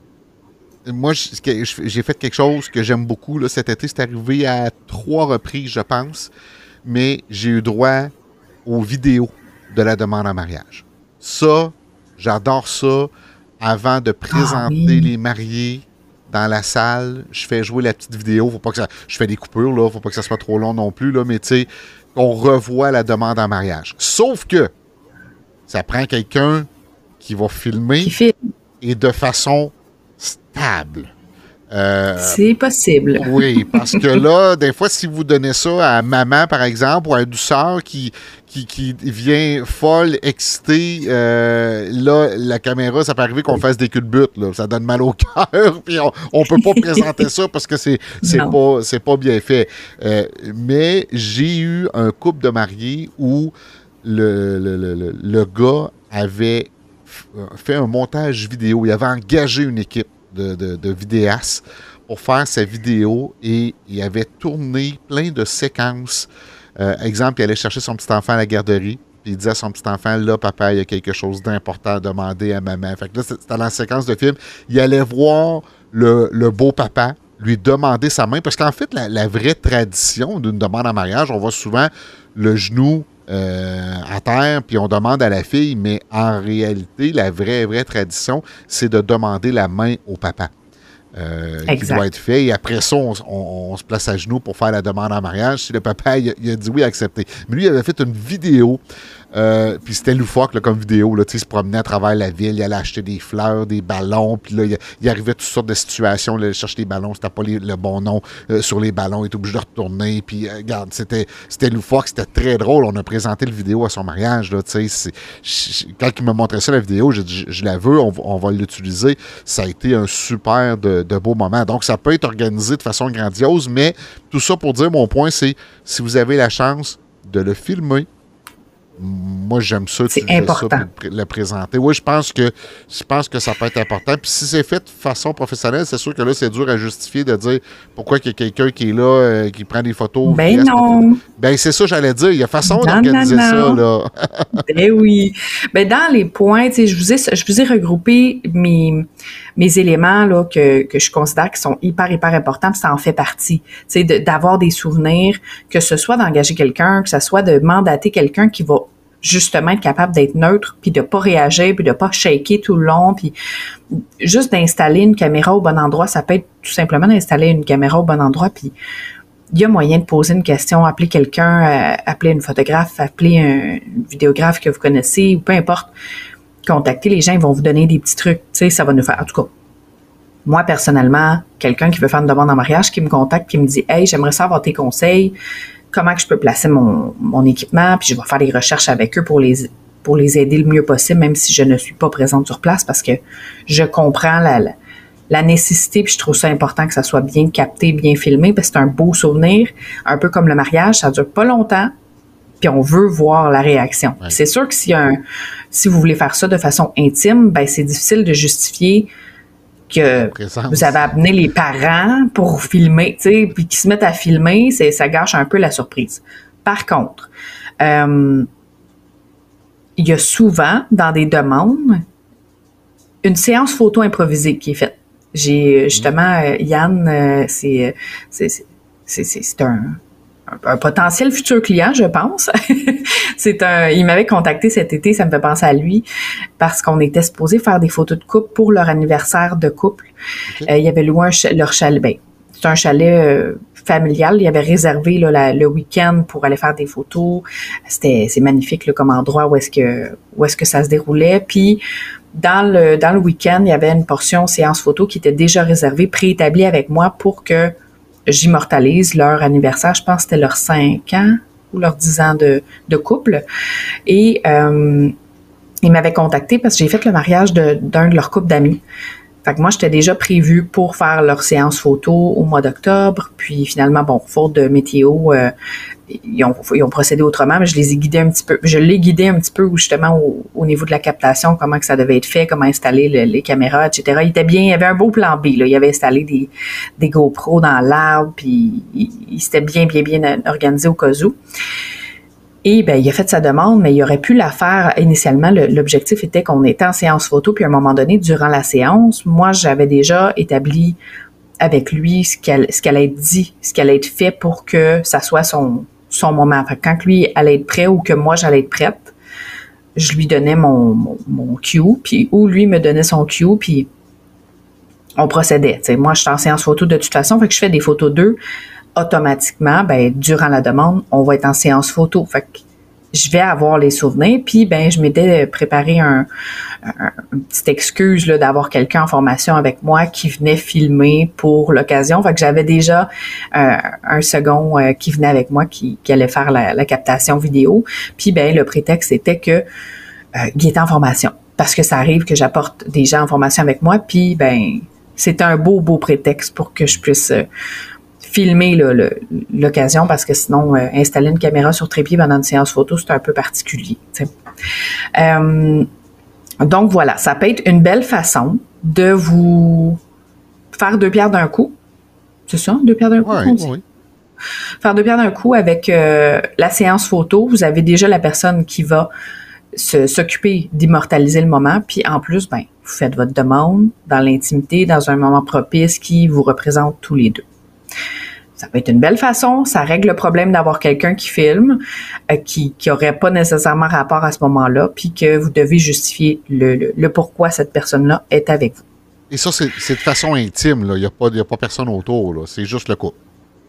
moi, j'ai fait quelque chose que j'aime beaucoup. Là, cet été, c'est arrivé à trois reprises, je pense, mais j'ai eu droit aux vidéos de la demande en mariage. Ça, j'adore ça. Avant de présenter ah, oui. les mariés dans la salle, je fais jouer la petite vidéo. Faut pas que ça, je fais des coupures, là. Faut pas que ça soit trop long non plus, là, mais tu sais, qu'on revoit la demande en mariage. Sauf que ça prend quelqu'un qui va filmer qui filme. Et de façon stable. Euh, c'est possible. Oui, parce que là, des fois, si vous donnez ça à maman, par exemple, ou à une douceur qui, qui, qui vient folle, excitée, euh, là, la caméra, ça peut arriver qu'on fasse des coups de but, là. Ça donne mal au cœur, puis on, on peut pas présenter ça parce que c'est, c'est pas, c'est pas bien fait. Euh, mais j'ai eu un couple de mariés où le, le, le, le, le gars avait fait un montage vidéo. Il avait engagé une équipe de, de, de vidéastes pour faire sa vidéo et il avait tourné plein de séquences. Euh, exemple, il allait chercher son petit enfant à la garderie puis il disait à son petit enfant, là, papa, il y a quelque chose d'important à demander à maman. Fait que là, c'était dans la séquence de film. Il allait voir le, le beau papa lui demander sa main parce qu'en fait, la, la vraie tradition d'une demande en mariage, on voit souvent le genou Euh, à terre, puis on demande à la fille, mais en réalité, la vraie, vraie tradition, c'est de demander la main au papa. Euh, qui doit être fait. Et après ça, on, on, on se place à genoux pour faire la demande en mariage. Si le papa, il a, il a dit oui, accepté. Mais lui, il avait fait une vidéo, euh, puis c'était loufoque là, comme vidéo. Là, il se promenait à travers la ville, il allait acheter des fleurs, des ballons, puis là, il, il arrivait toutes sortes de situations. Là, il cherchait des ballons, c'était pas les, le bon nom euh, sur les ballons, il était obligé de retourner. Puis, euh, regarde, c'était, c'était loufoque, c'était très drôle. On a présenté le vidéo à son mariage. Là, c'est, je, quand il me montrait ça, la vidéo, j'ai dit, je, je la veux, on, on va l'utiliser. Ça a été un super de, de beaux moments. Donc, ça peut être organisé de façon grandiose, mais tout ça pour dire, mon point, c'est si vous avez la chance de le filmer, moi, j'aime ça, c'est important. Ça pour le présenter. Oui, je pense que je pense que ça peut être important. Puis si c'est fait de façon professionnelle, c'est sûr que là, c'est dur à justifier de dire pourquoi il y a quelqu'un qui est là, euh, qui prend des photos. Ben non! Ben c'est ça, j'allais dire. Il y a façon non, d'organiser non, non. ça, là. Ben oui. Ben dans les points, tu sais, je vous ai, je vous ai regroupé mes, mes éléments, là, que, que je considère qui sont hyper, hyper importants, puis ça en fait partie. Tu sais, de, d'avoir des souvenirs, que ce soit d'engager quelqu'un, que ce soit de mandater quelqu'un qui va justement être capable d'être neutre, puis de pas réagir, puis de pas shaker tout le long, puis juste d'installer une caméra au bon endroit. Ça peut être tout simplement d'installer une caméra au bon endroit, puis il y a moyen de poser une question, appeler quelqu'un, euh, appeler une photographe, appeler un vidéographe que vous connaissez, ou peu importe. Contacter les gens, ils vont vous donner des petits trucs. Tu sais, ça va nous faire... En tout cas, moi, personnellement, quelqu'un qui veut faire une demande en mariage, qui me contacte, qui me dit « Hey, j'aimerais savoir tes conseils. Comment que je peux placer mon, mon équipement, puis je vais faire des recherches avec eux pour les, pour les aider le mieux possible, même si je ne suis pas présente sur place, parce que je comprends la, la, la nécessité, puis je trouve ça important que ça soit bien capté, bien filmé, parce que c'est un beau souvenir, un peu comme le mariage, ça dure pas longtemps, puis on veut voir la réaction. Ouais. C'est sûr que si, un, si vous voulez faire ça de façon intime, ben c'est difficile de justifier que vous avez amené les parents pour filmer, tu sais, puis qu'ils se mettent à filmer, c'est, ça gâche un peu la surprise. Par contre, euh, il y a souvent, dans des demandes, une séance photo improvisée qui est faite. J'ai justement, euh, Yann, euh, c'est, c'est, c'est, c'est, c'est un, un, un potentiel futur client, je pense. c'est un, il m'avait contacté cet été, ça me fait penser à lui, parce qu'on était supposé faire des photos de couple pour leur anniversaire de couple. Okay. Euh, il y avait loué un ch- leur chalet, ben, c'est un chalet euh, familial. Il avait réservé là, la, le week-end pour aller faire des photos. C'était, c'est magnifique là, comme endroit où est-ce que, où est-ce que ça se déroulait. Puis dans le dans le week-end, il y avait une portion séance photo qui était déjà réservée, préétablie avec moi pour que j'immortalise leur anniversaire. Je pense que c'était leurs cinq ans ou leurs dix ans de, de couple. Et euh, ils m'avaient contacté parce que j'ai fait le mariage de, d'un de leurs couples d'amis. Fait que moi, j'étais déjà prévue pour faire leur séance photo au mois d'octobre. Puis finalement, bon, faute de météo, euh, ils, ont, ils ont procédé autrement, mais je les ai guidés un petit peu. Je l'ai guidé un petit peu justement au, au niveau de la captation, comment que ça devait être fait, comment installer le, les caméras, et cetera. Il était bien, il y avait un beau plan B, là. Il avait installé des, des GoPro dans l'arbre, puis il, il s'était bien, bien, bien organisé au cas où. Et ben il a fait sa demande, mais il aurait pu la faire initialement. Le, l'objectif était qu'on était en séance photo, puis à un moment donné, durant la séance, moi, j'avais déjà établi avec lui ce qu'elle, ce qu'elle allait être dit, ce qu'elle allait être fait pour que ça soit son, son moment. Fait que quand lui allait être prêt ou que moi, j'allais être prête, je lui donnais mon, mon, mon cue, puis ou lui me donnait son cue, puis on procédait. T'sais, moi, je suis en séance photo de toute façon, fait que je fais des photos d'eux. Automatiquement, ben durant la demande, on va être en séance photo. Fait que je vais avoir les souvenirs. Puis ben je m'étais préparé un, un une petite excuse là d'avoir quelqu'un en formation avec moi qui venait filmer pour l'occasion. Fait que j'avais déjà euh, un second euh, qui venait avec moi qui, qui allait faire la, la captation vidéo. Puis ben le prétexte était que euh, il était en formation parce que ça arrive que j'apporte des gens en formation avec moi. Puis ben c'était un beau beau prétexte pour que je puisse euh, filmer là, le, l'occasion parce que sinon, euh, installer une caméra sur trépied pendant une séance photo, c'est un peu particulier. Euh, donc voilà, ça peut être une belle façon de vous faire deux pierres d'un coup. C'est ça, deux pierres d'un coup? Oui, oui. Faire deux pierres d'un coup avec euh, la séance photo. Vous avez déjà la personne qui va se, s'occuper d'immortaliser le moment. Puis en plus, ben, vous faites votre demande dans l'intimité, dans un moment propice qui vous représente tous les deux. Ça peut être une belle façon, ça règle le problème d'avoir quelqu'un qui filme, euh, qui qui aurait pas nécessairement rapport à ce moment-là, puis que vous devez justifier le, le, le pourquoi cette personne-là est avec vous. Et ça, c'est, c'est de façon intime, là. Il n'y a pas, il y a pas personne autour, là. C'est juste le couple.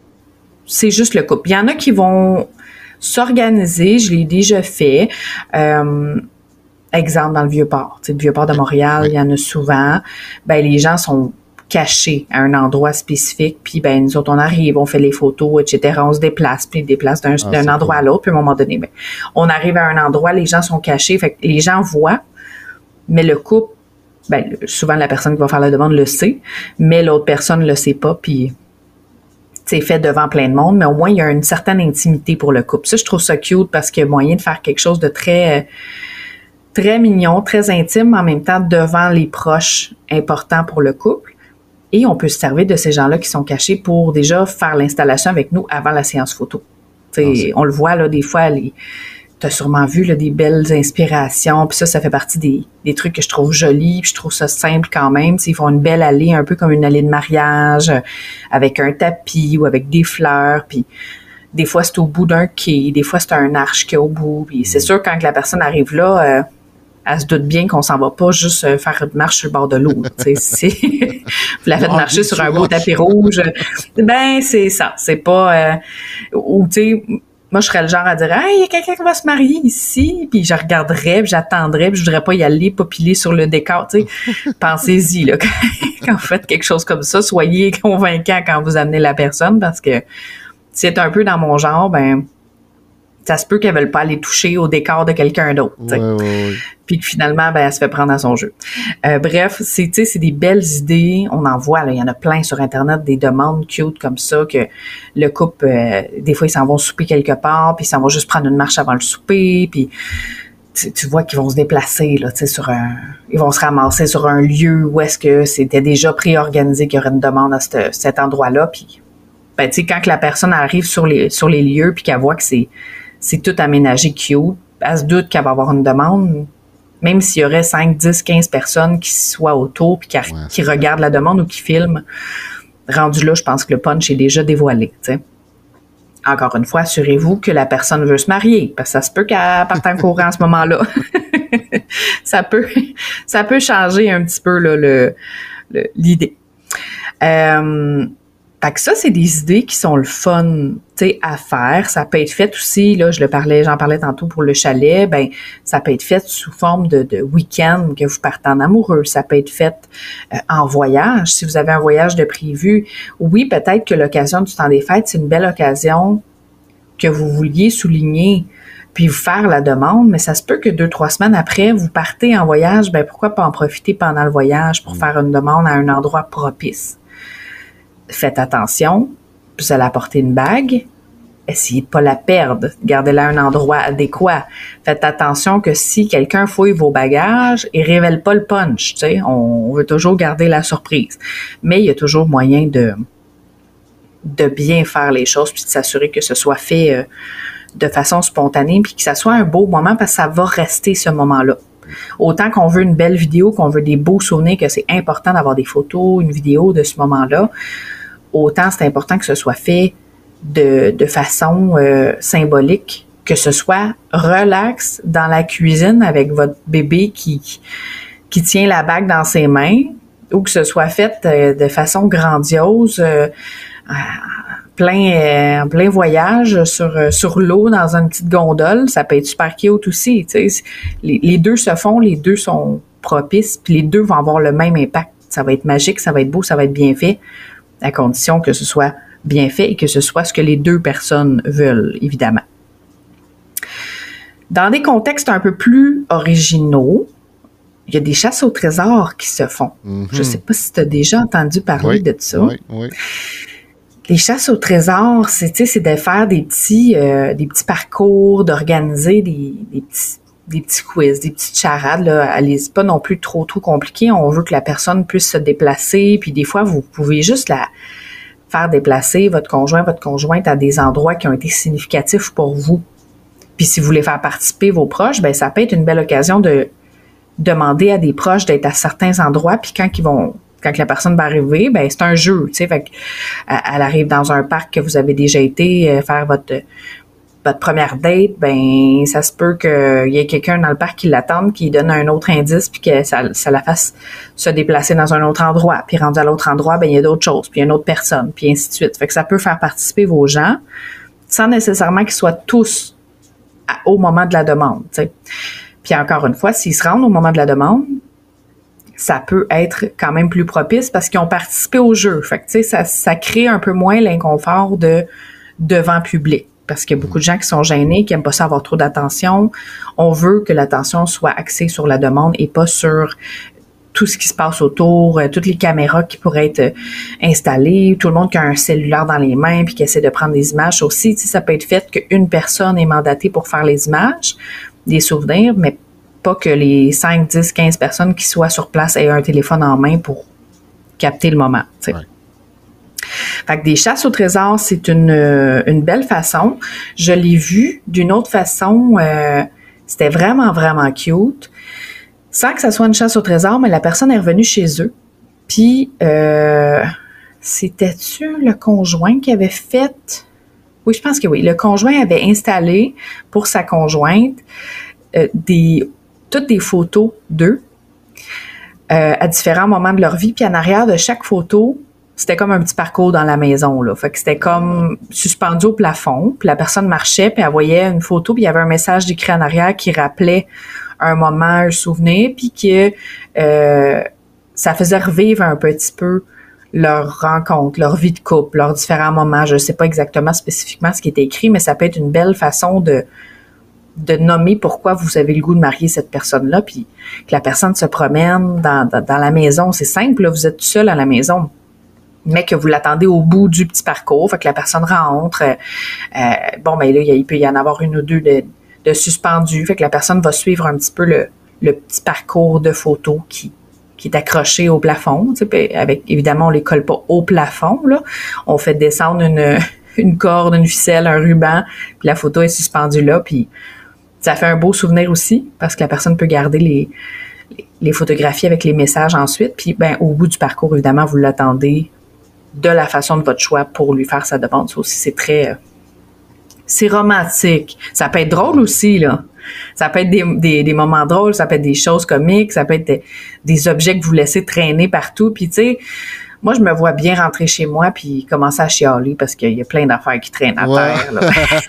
C'est juste le couple. Il y en a qui vont s'organiser, je l'ai déjà fait. Euh, exemple, dans le Vieux-Port. Tu sais, le Vieux-Port de Montréal, oui. Il y en a souvent. Ben, les gens sont cachés à un endroit spécifique, puis ben nous autres, on arrive, on fait les photos, et cetera. On se déplace, puis on déplace d'un, ah, d'un endroit cool. à l'autre, puis à un moment donné, ben, on arrive à un endroit, les gens sont cachés, fait que les gens voient, mais le couple, ben souvent la personne qui va faire la demande le sait, mais l'autre personne le sait pas, puis c'est fait devant plein de monde, mais au moins il y a une certaine intimité pour le couple. Ça, je trouve ça cute parce qu'il y a moyen de faire quelque chose de très très mignon, très intime, mais en même temps devant les proches importants pour le couple. Et on peut se servir de ces gens-là qui sont cachés pour déjà faire l'installation avec nous avant la séance photo. Ah, on le voit, là, des fois, les, t'as sûrement vu là, des belles inspirations, puis ça, ça fait partie des, des trucs que je trouve jolis, puis je trouve ça simple quand même. T'sais, ils font une belle allée, un peu comme une allée de mariage, avec un tapis ou avec des fleurs, puis des fois, c'est au bout d'un quai, des fois, c'est un arche qui est au bout, puis c'est sûr, quand la personne arrive là... Euh, elle se doute bien qu'on s'en va pas juste faire une marche sur le bord de l'eau. Tu sais, c'est vous la faites marcher sur un beau tapis rouge. Ben c'est ça, c'est pas euh, ou tu sais, moi je serais le genre à dire hey, il y a quelqu'un qui va se marier ici, puis je regarderais, puis j'attendrais, puis je voudrais pas y aller pas piler sur le décor, tu sais. Pensez-y là quand vous faites quelque chose comme ça, soyez convaincant quand vous amenez la personne parce que si c'est un peu dans mon genre, ben ça se peut qu'elle ne veuille pas aller toucher au décor de quelqu'un d'autre. Ouais, ouais, ouais. Puis que finalement, ben, elle se fait prendre à son jeu. Euh, bref, c'est, c'est des belles idées. On en voit, là, il y en a plein sur Internet, des demandes cute comme ça, que le couple, euh, des fois, ils s'en vont souper quelque part, puis ils s'en vont juste prendre une marche avant le souper, puis tu, tu vois qu'ils vont se déplacer, là, tu sais, sur un... Ils vont se ramasser sur un lieu où est-ce que c'était déjà préorganisé qu'il y aurait une demande à cet, cet endroit-là, puis ben, tu sais, quand que la personne arrive sur les, sur les lieux, puis qu'elle voit que c'est c'est tout aménagé cute, elle se doute qu'elle va avoir une demande, même s'il y aurait cinq, dix, quinze personnes qui soient autour puis qui, ouais, qui regardent la demande ou qui filment, rendu là, je pense que le punch est déjà dévoilé, tu sais. Encore une fois, assurez-vous que la personne veut se marier, parce que ça se peut qu'elle parte en courant à ce moment-là. ça peut ça peut changer un petit peu là, le, le, l'idée. Euh, fait que ça, c'est des idées qui sont le fun, tu sais, à faire. Ça peut être fait aussi, là, je le parlais, j'en parlais tantôt pour le chalet, ben, ça peut être fait sous forme de, de week-end que vous partez en amoureux. Ça peut être fait euh, en voyage. Si vous avez un voyage de prévu, oui, peut-être que l'occasion du temps des fêtes, c'est une belle occasion que vous vouliez souligner puis vous faire la demande, mais ça se peut que deux, trois semaines après, vous partez en voyage, ben, pourquoi pas en profiter pendant le voyage pour faire une demande à un endroit propice. Faites attention, vous allez apporter une bague, essayez de pas la perdre, gardez-la à un endroit adéquat. Faites attention que si quelqu'un fouille vos bagages, il révèle pas le punch, tu sais, on veut toujours garder la surprise. Mais il y a toujours moyen de de bien faire les choses puis de s'assurer que ce soit fait euh, de façon spontanée puis que ça soit un beau moment parce que ça va rester ce moment-là. Autant qu'on veut une belle vidéo, qu'on veut des beaux souvenirs, que c'est important d'avoir des photos, une vidéo de ce moment-là, autant c'est important que ce soit fait de, de façon euh, symbolique, que ce soit relax dans la cuisine avec votre bébé qui, qui tient la bague dans ses mains, ou que ce soit fait euh, de façon grandiose, euh, plein euh, en plein voyage sur sur l'eau dans une petite gondole, ça peut être super cute aussi, tu sais. Les, les deux se font, les deux sont propices, puis les deux vont avoir le même impact. Ça va être magique, ça va être beau, ça va être bien fait, à condition que ce soit bien fait et que ce soit ce que les deux personnes veulent, évidemment. Dans des contextes un peu plus originaux, il y a des chasses au trésor qui se font. Mm-hmm. Je sais pas si tu as déjà entendu parler oui, de ça. Oui, oui. Les chasses au trésor, c'est, tu sais, c'est de faire des petits, euh, des petits parcours, d'organiser des, des petits, des petits quiz, des petites charades, là. Allez, pas non plus trop, trop compliqué. On veut que la personne puisse se déplacer, puis des fois, vous pouvez juste la faire déplacer votre conjoint, votre conjointe à des endroits qui ont été significatifs pour vous. Puis si vous voulez faire participer vos proches, ben ça peut être une belle occasion de demander à des proches d'être à certains endroits, puis quand ils vont quand la personne va arriver, ben c'est un jeu, tu sais, fait que elle arrive dans un parc que vous avez déjà été euh, faire votre votre première date, ben ça se peut qu'il y ait quelqu'un dans le parc qui l'attende, qui donne un autre indice, puis que ça, ça la fasse se déplacer dans un autre endroit, puis rendu à l'autre endroit, ben il y a d'autres choses, puis il y a une autre personne, puis ainsi de suite. Fait que ça peut faire participer vos gens, sans nécessairement qu'ils soient tous à, au moment de la demande, tu sais. Puis encore une fois, s'ils se rendent au moment de la demande, ça peut être quand même plus propice parce qu'ils ont participé au jeu. Fait que, tu sais, ça, ça crée un peu moins l'inconfort de devant public. Parce qu'il y a beaucoup de gens qui sont gênés, qui aiment pas ça avoir trop d'attention. On veut que l'attention soit axée sur la demande et pas sur tout ce qui se passe autour, toutes les caméras qui pourraient être installées, tout le monde qui a un cellulaire dans les mains puis qui essaie de prendre des images. Aussi, tu sais, ça peut être fait qu'une personne est mandatée pour faire les images, des souvenirs, mais pas que les cinq, dix, quinze personnes qui soient sur place aient un téléphone en main pour capter le moment. Tu sais. Ouais. Fait que des chasses au trésor, c'est une, une belle façon. Je l'ai vu d'une autre façon. Euh, c'était vraiment, vraiment cute. Sans que ça soit une chasse au trésor, mais la personne est revenue chez eux. Puis, euh, c'était-tu le conjoint qui avait fait... Oui, je pense que oui. Le conjoint avait installé pour sa conjointe euh, des... toutes des photos d'eux euh, à différents moments de leur vie. Puis en arrière de chaque photo, c'était comme un petit parcours dans la maison, là. Fait que c'était comme suspendu au plafond. Puis la personne marchait, puis elle voyait une photo, puis il y avait un message écrit en arrière qui rappelait un moment, un souvenir, puis que euh, ça faisait revivre un petit peu leur rencontre, leur vie de couple, leurs différents moments. Je ne sais pas exactement spécifiquement ce qui était écrit, mais ça peut être une belle façon de de nommer pourquoi vous avez le goût de marier cette personne-là, puis que la personne se promène dans, dans, dans la maison. C'est simple, là, vous êtes tout seul à la maison, mais que vous l'attendez au bout du petit parcours, fait que la personne rentre. Euh, bon, ben là, il peut y en avoir une ou deux de, de suspendus, fait que la personne va suivre un petit peu le, le petit parcours de photos qui, qui est accroché au plafond. Tu sais, avec, évidemment, on les colle pas au plafond, là. On fait descendre une, une corde, une ficelle, un ruban, puis la photo est suspendue là, puis Ça fait un beau souvenir aussi, parce que la personne peut garder les, les photographies avec les messages ensuite. Puis, ben, au bout du parcours, évidemment, vous l'attendez de la façon de votre choix pour lui faire sa demande. Ça aussi, c'est très... Euh, c'est romantique. Ça peut être drôle aussi, là. Ça peut être des, des, des moments drôles, ça peut être des choses comiques, ça peut être des, des objets que vous laissez traîner partout. Puis, tu sais, moi, je me vois bien rentrer chez moi puis commencer à chialer parce qu'il y a plein d'affaires qui traînent à ouais. terre.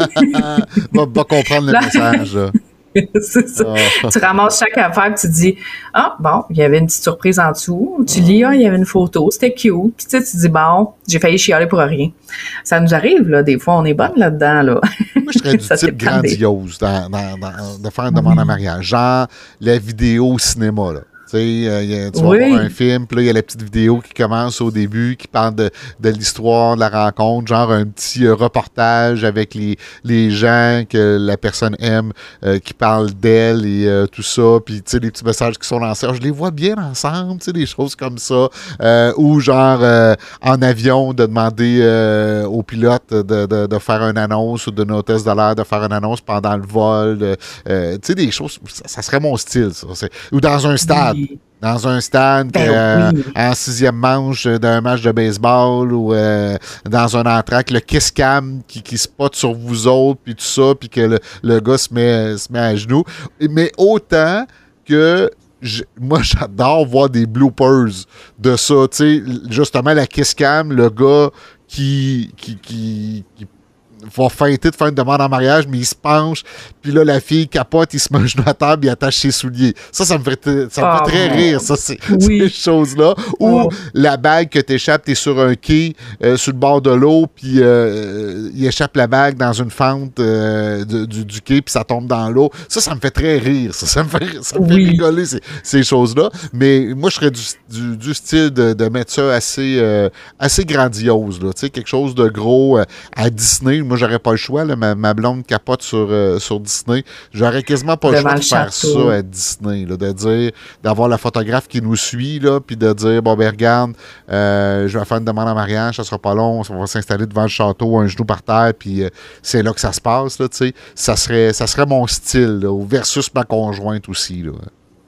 Là. va, va comprendre le là, message. Là. C'est ça. Oh. Tu ramasses chaque affaire et tu te dis « Ah, bon, il y avait une petite surprise en dessous. » Tu lis « Ah, il y avait une photo, c'était cute. » Puis tu sais, tu te dis « Bon, j'ai failli chialer pour rien. » Ça nous arrive, là. Des fois, on est bonne là-dedans, là. Moi, je serais du type grandiose dans, dans, dans, de faire une demande oui. en mariage. Genre la vidéo au cinéma, là. Tu sais, euh, tu vas oui. voir un film, puis là, il y a la petite vidéo qui commence au début, qui parle de, de l'histoire, de la rencontre, genre un petit euh, reportage avec les, les gens que la personne aime, euh, qui parlent d'elle et euh, tout ça, puis tu sais, les petits messages qui sont lancés. Je les vois bien ensemble, tu sais, des choses comme ça. Euh, ou genre, euh, en avion, de demander euh, au pilote de, de, de faire une annonce ou d'une hôtesse de l'air de faire une annonce pendant le vol. Euh, tu sais, des choses, ça, ça serait mon style, ça. C'est, ou dans un stade. Dans un stade, ben euh, oui. en sixième manche d'un match de baseball ou euh, dans un entracte, le kiss cam qui, qui spot sur vous autres, puis tout ça, puis que le, le gars se met, se met à genoux. Mais autant que je, moi, j'adore voir des bloopers de ça. Tu sais, justement, la kiss cam, le gars qui, qui, qui, qui va feinter de faire une demande en mariage, mais il se penche, puis là, la fille capote, il se met un genou à table, il attache ses souliers. Ça, ça me fait, ça me oh, fait très rire, ça, c'est, oui. ces choses-là. Ou oh. la bague que t'échappes, t'es sur un quai, euh, sur le bord de l'eau, puis euh, il échappe la bague dans une fente euh, de, du, du quai, puis ça tombe dans l'eau. Ça, ça me fait très rire. Ça, ça me fait, ça me oui. fait rigoler, ces, ces choses-là. Mais moi, je serais du, du, du style de, de mettre ça assez, euh, assez grandiose, là. Tu sais, quelque chose de gros euh, à Disney. Moi, j'aurais pas le choix. Là, ma, ma blonde capote sur, euh, sur Disney. J'aurais quasiment pas le choix de faire ça à Disney. Là, de dire, d'avoir la photographe qui nous suit, là, puis de dire, bon, ben regarde, euh, je vais faire une demande en mariage, ça sera pas long, on va s'installer devant le château, un genou par terre, puis euh, c'est là que ça se passe, là, tu sais. Ça serait, ça serait mon style, là, versus ma conjointe aussi, là.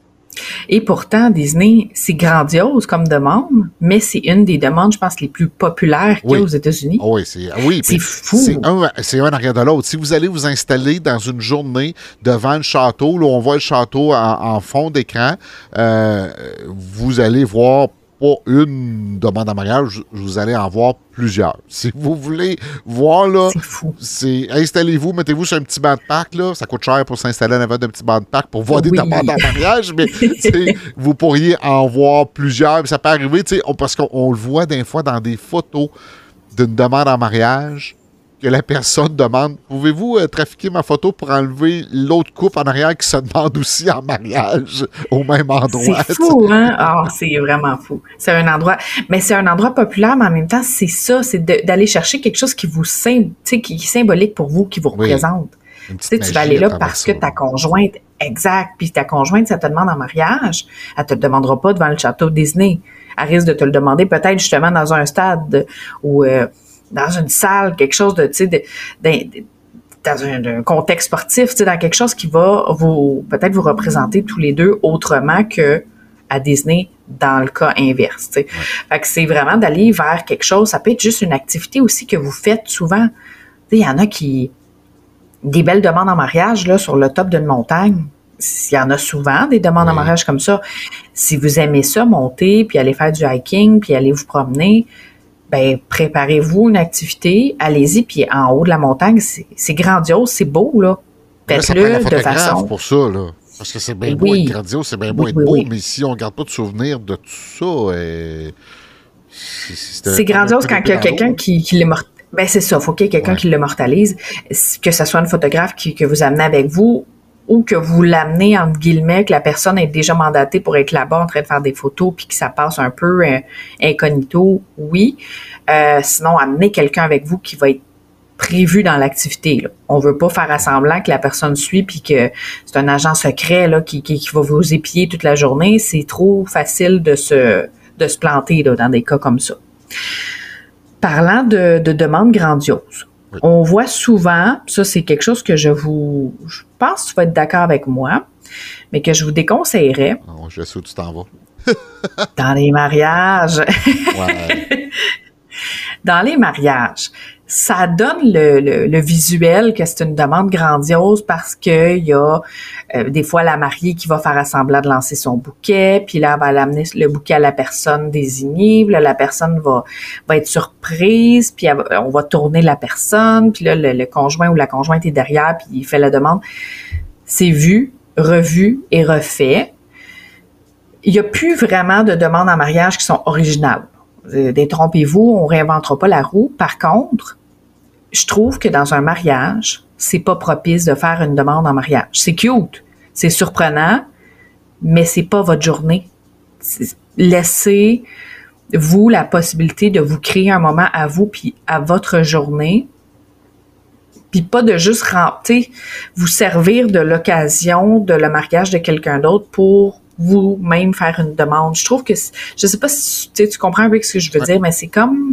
Et pourtant, Disney, c'est grandiose comme demande, mais c'est une des demandes, je pense, les plus populaires qu'il y a oui. aux États-Unis. Oui, c'est, oui, c'est fou. C'est un, c'est un arrière de l'autre. Si vous allez vous installer dans une journée devant le château, là, on voit le château en, en fond d'écran, euh, vous allez voir pas une demande en mariage, vous allez en voir plusieurs. Si vous voulez voir, là, c'est fou. C'est, installez-vous, mettez-vous sur un petit banc de parc, là. Ça coûte cher pour s'installer en avant d'un petit banc de parc pour voir oui. des demandes en mariage, mais vous pourriez en voir plusieurs. Ça peut arriver, on, parce qu'on on le voit des fois dans des photos d'une demande en mariage, que la personne demande, pouvez-vous euh, trafiquer ma photo pour enlever l'autre couple en arrière qui se demande aussi en mariage au même endroit? C'est fou, hein? Ah, oh, c'est vraiment fou. C'est un endroit, mais c'est un endroit populaire, mais en même temps, c'est ça, c'est de, d'aller chercher quelque chose qui vous sym- qui, qui est symbolique pour vous, qui vous oui. représente. Tu sais, tu vas aller là parce ça. que ta conjointe, exact, puis ta conjointe, ça te demande en mariage, elle te le demandera pas devant le château Disney. Elle risque de te le demander peut-être justement dans un stade où... Euh, dans une salle, quelque chose de, tu sais, de, de, de, dans un, un contexte sportif, tu sais, dans quelque chose qui va vous, peut-être vous représenter tous les deux autrement que à Disney dans le cas inverse, tu sais. Ouais. Fait que c'est vraiment d'aller vers quelque chose, ça peut être juste une activité aussi que vous faites souvent. Tu sais, il y en a qui, des belles demandes en mariage, là, sur le top d'une montagne. Il y en a souvent des demandes oui. en mariage comme ça. Si vous aimez ça, monter, puis aller faire du hiking, puis aller vous promener, ben préparez-vous une activité, allez-y, puis en haut de la montagne, c'est, c'est grandiose, c'est beau, là. Faites-le de façon... pour ça, là. Parce que c'est bien beau oui. être grandiose, c'est bien beau oui, être oui, beau, oui. mais si on ne garde pas de souvenirs de tout ça, euh, c'est, c'est, c'est grandiose quand il y a quelqu'un qui, qui l'immortalise. Ben c'est ça, il faut qu'il y ait quelqu'un ouais. qui l'immortalise, que ce soit une photographe qui, que vous amenez avec vous, ou que vous l'amenez, entre guillemets, que la personne est déjà mandatée pour être là-bas en train de faire des photos puis que ça passe un peu euh, incognito, oui. Euh, sinon, amenez quelqu'un avec vous qui va être prévu dans l'activité, là. On veut pas faire à semblant que la personne suit puis que c'est un agent secret là, qui, qui, qui va vous épier toute la journée. C'est trop facile de se, de se planter là, dans des cas comme ça. Parlant de, de demandes grandioses, Oui. On voit souvent, ça c'est quelque chose que je vous, je pense que tu vas être d'accord avec moi, mais que je vous déconseillerais. Oh, je sais où tu t'en vas. Dans les mariages. Ouais. Dans les mariages, ça donne le, le, le visuel que c'est une demande grandiose parce que il y a euh, des fois la mariée qui va faire semblant de lancer son bouquet, puis là, elle va l'amener le bouquet à la personne désignée, puis là, la personne va, va être surprise, puis elle, on va tourner la personne, puis là, le, le conjoint ou la conjointe est derrière, puis il fait la demande. C'est vu, revu et refait. Il n'y a plus vraiment de demandes en mariage qui sont originales. Détrompez-vous, on réinventera pas la roue. Par contre, je trouve que dans un mariage, c'est pas propice de faire une demande en mariage. C'est cute, c'est surprenant, mais c'est pas votre journée. Laissez-vous la possibilité de vous créer un moment à vous puis à votre journée, puis pas de juste rentrer, vous servir de l'occasion de le mariage de quelqu'un d'autre pour vous-même faire une demande. Je trouve que, je sais pas si tu comprends un peu ce que je veux Ouais. dire, mais c'est comme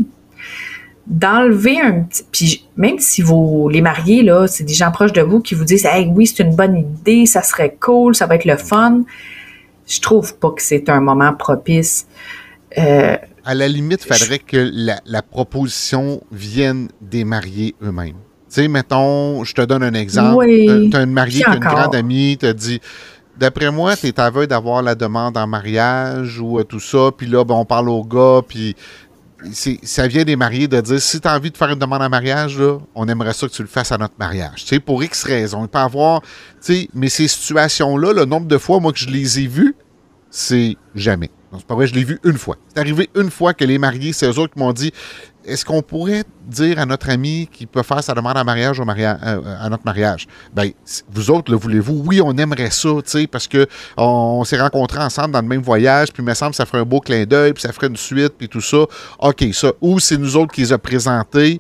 d'enlever un petit, puis même si vous, les mariés, là, c'est des gens proches de vous qui vous disent, hey, oui, c'est une bonne idée, ça serait cool, ça va être le fun. Je trouve pas que c'est un moment propice. Euh, À la limite, il faudrait que la, la proposition vienne des mariés eux-mêmes. Tu sais, mettons, je te donne un exemple. Oui. Tu as une mariée Puis qui a une encore. grande amie, te dit, d'après moi, tu es à veille d'avoir la demande en mariage ou euh, tout ça, puis là, ben, on parle au gars, puis c'est- ça vient des mariés de dire, si tu as envie de faire une demande en mariage, là, on aimerait ça que tu le fasses à notre mariage. Tu sais, pour X raisons. Il peut avoir, tu sais, mais ces situations-là, le nombre de fois, moi, que je les ai vues, c'est jamais. Non, c'est pas vrai, je l'ai vu une fois. C'est arrivé une fois que les mariés, c'est eux autres qui m'ont dit, est-ce qu'on pourrait dire à notre ami qui peut faire sa demande en mariage au maria- euh, à notre mariage? Ben, c- vous autres, le voulez-vous? Oui, on aimerait ça, tu sais, parce que on, on s'est rencontrés ensemble dans le même voyage, puis il me semble que ça ferait un beau clin d'œil, puis ça ferait une suite, puis tout ça. OK, ça. Ou c'est nous autres qui les a présentés,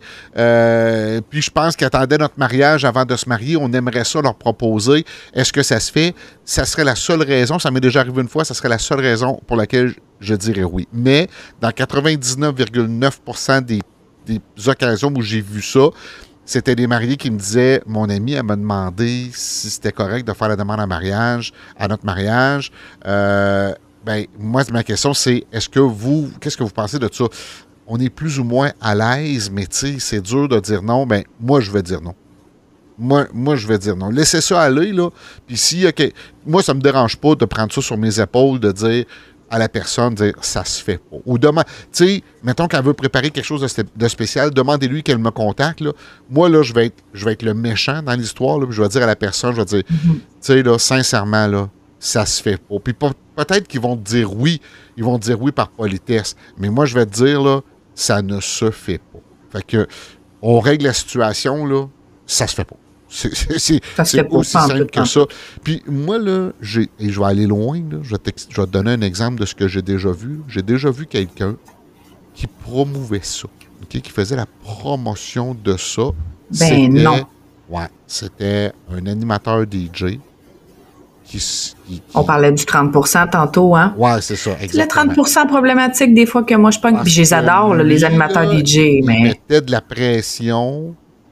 euh, puis je pense qu'ils attendaient notre mariage avant de se marier, on aimerait ça leur proposer. Est-ce que ça se fait? Ça serait la seule raison, ça m'est déjà arrivé une fois, ça serait la seule raison pour laquelle je dirais oui. Mais dans quatre-vingt-dix-neuf virgule neuf pour cent des, des occasions où j'ai vu ça, c'était des mariés qui me disaient, mon ami, elle m'a demandé si c'était correct de faire la demande en mariage, à notre mariage. Euh, ben, moi, ma question, c'est, est-ce que vous, qu'est-ce que vous pensez de ça? On est plus ou moins à l'aise, mais tu sais, c'est dur de dire non. Ben, moi, je vais dire non. Moi, moi, je vais dire non. Laissez ça aller, là. Puis si, OK, moi, ça me dérange pas de prendre ça sur mes épaules, de dire à la personne, dire ça se fait pas. Ou demain, tu sais, mettons qu'elle veut préparer quelque chose de, sté- de spécial, demandez-lui qu'elle me contacte, là. Moi, là, je vais être, je vais être le méchant dans l'histoire, là, puis je vais dire à la personne, je vais dire, mm-hmm. tu sais, là, sincèrement, là, ça se fait pas. Puis pe- peut-être qu'ils vont te dire oui, ils vont te dire oui par politesse, mais moi, je vais te dire, là, ça ne se fait pas. Fait que, on règle la situation, là, ça se fait pas. C'est, c'est, c'est, Ça se c'est fait pas, aussi pas en simple tout que temps. ça. Puis moi, là, j'ai, et je vais aller loin, là, je, vais t'ex- je vais te donner un exemple de ce que j'ai déjà vu. J'ai déjà vu quelqu'un qui promouvait ça, ok, qui faisait la promotion de ça. Ben non. Ouais, c'était un animateur D J qui... s- qui- qui- On parlait du trente pour cent tantôt, hein? Ouais, c'est ça, exactement. Le trente pour cent problématique des fois que moi je pogne, Parce puis je les que adore, là, lui, les animateurs là, D J, il mais mettait de la pression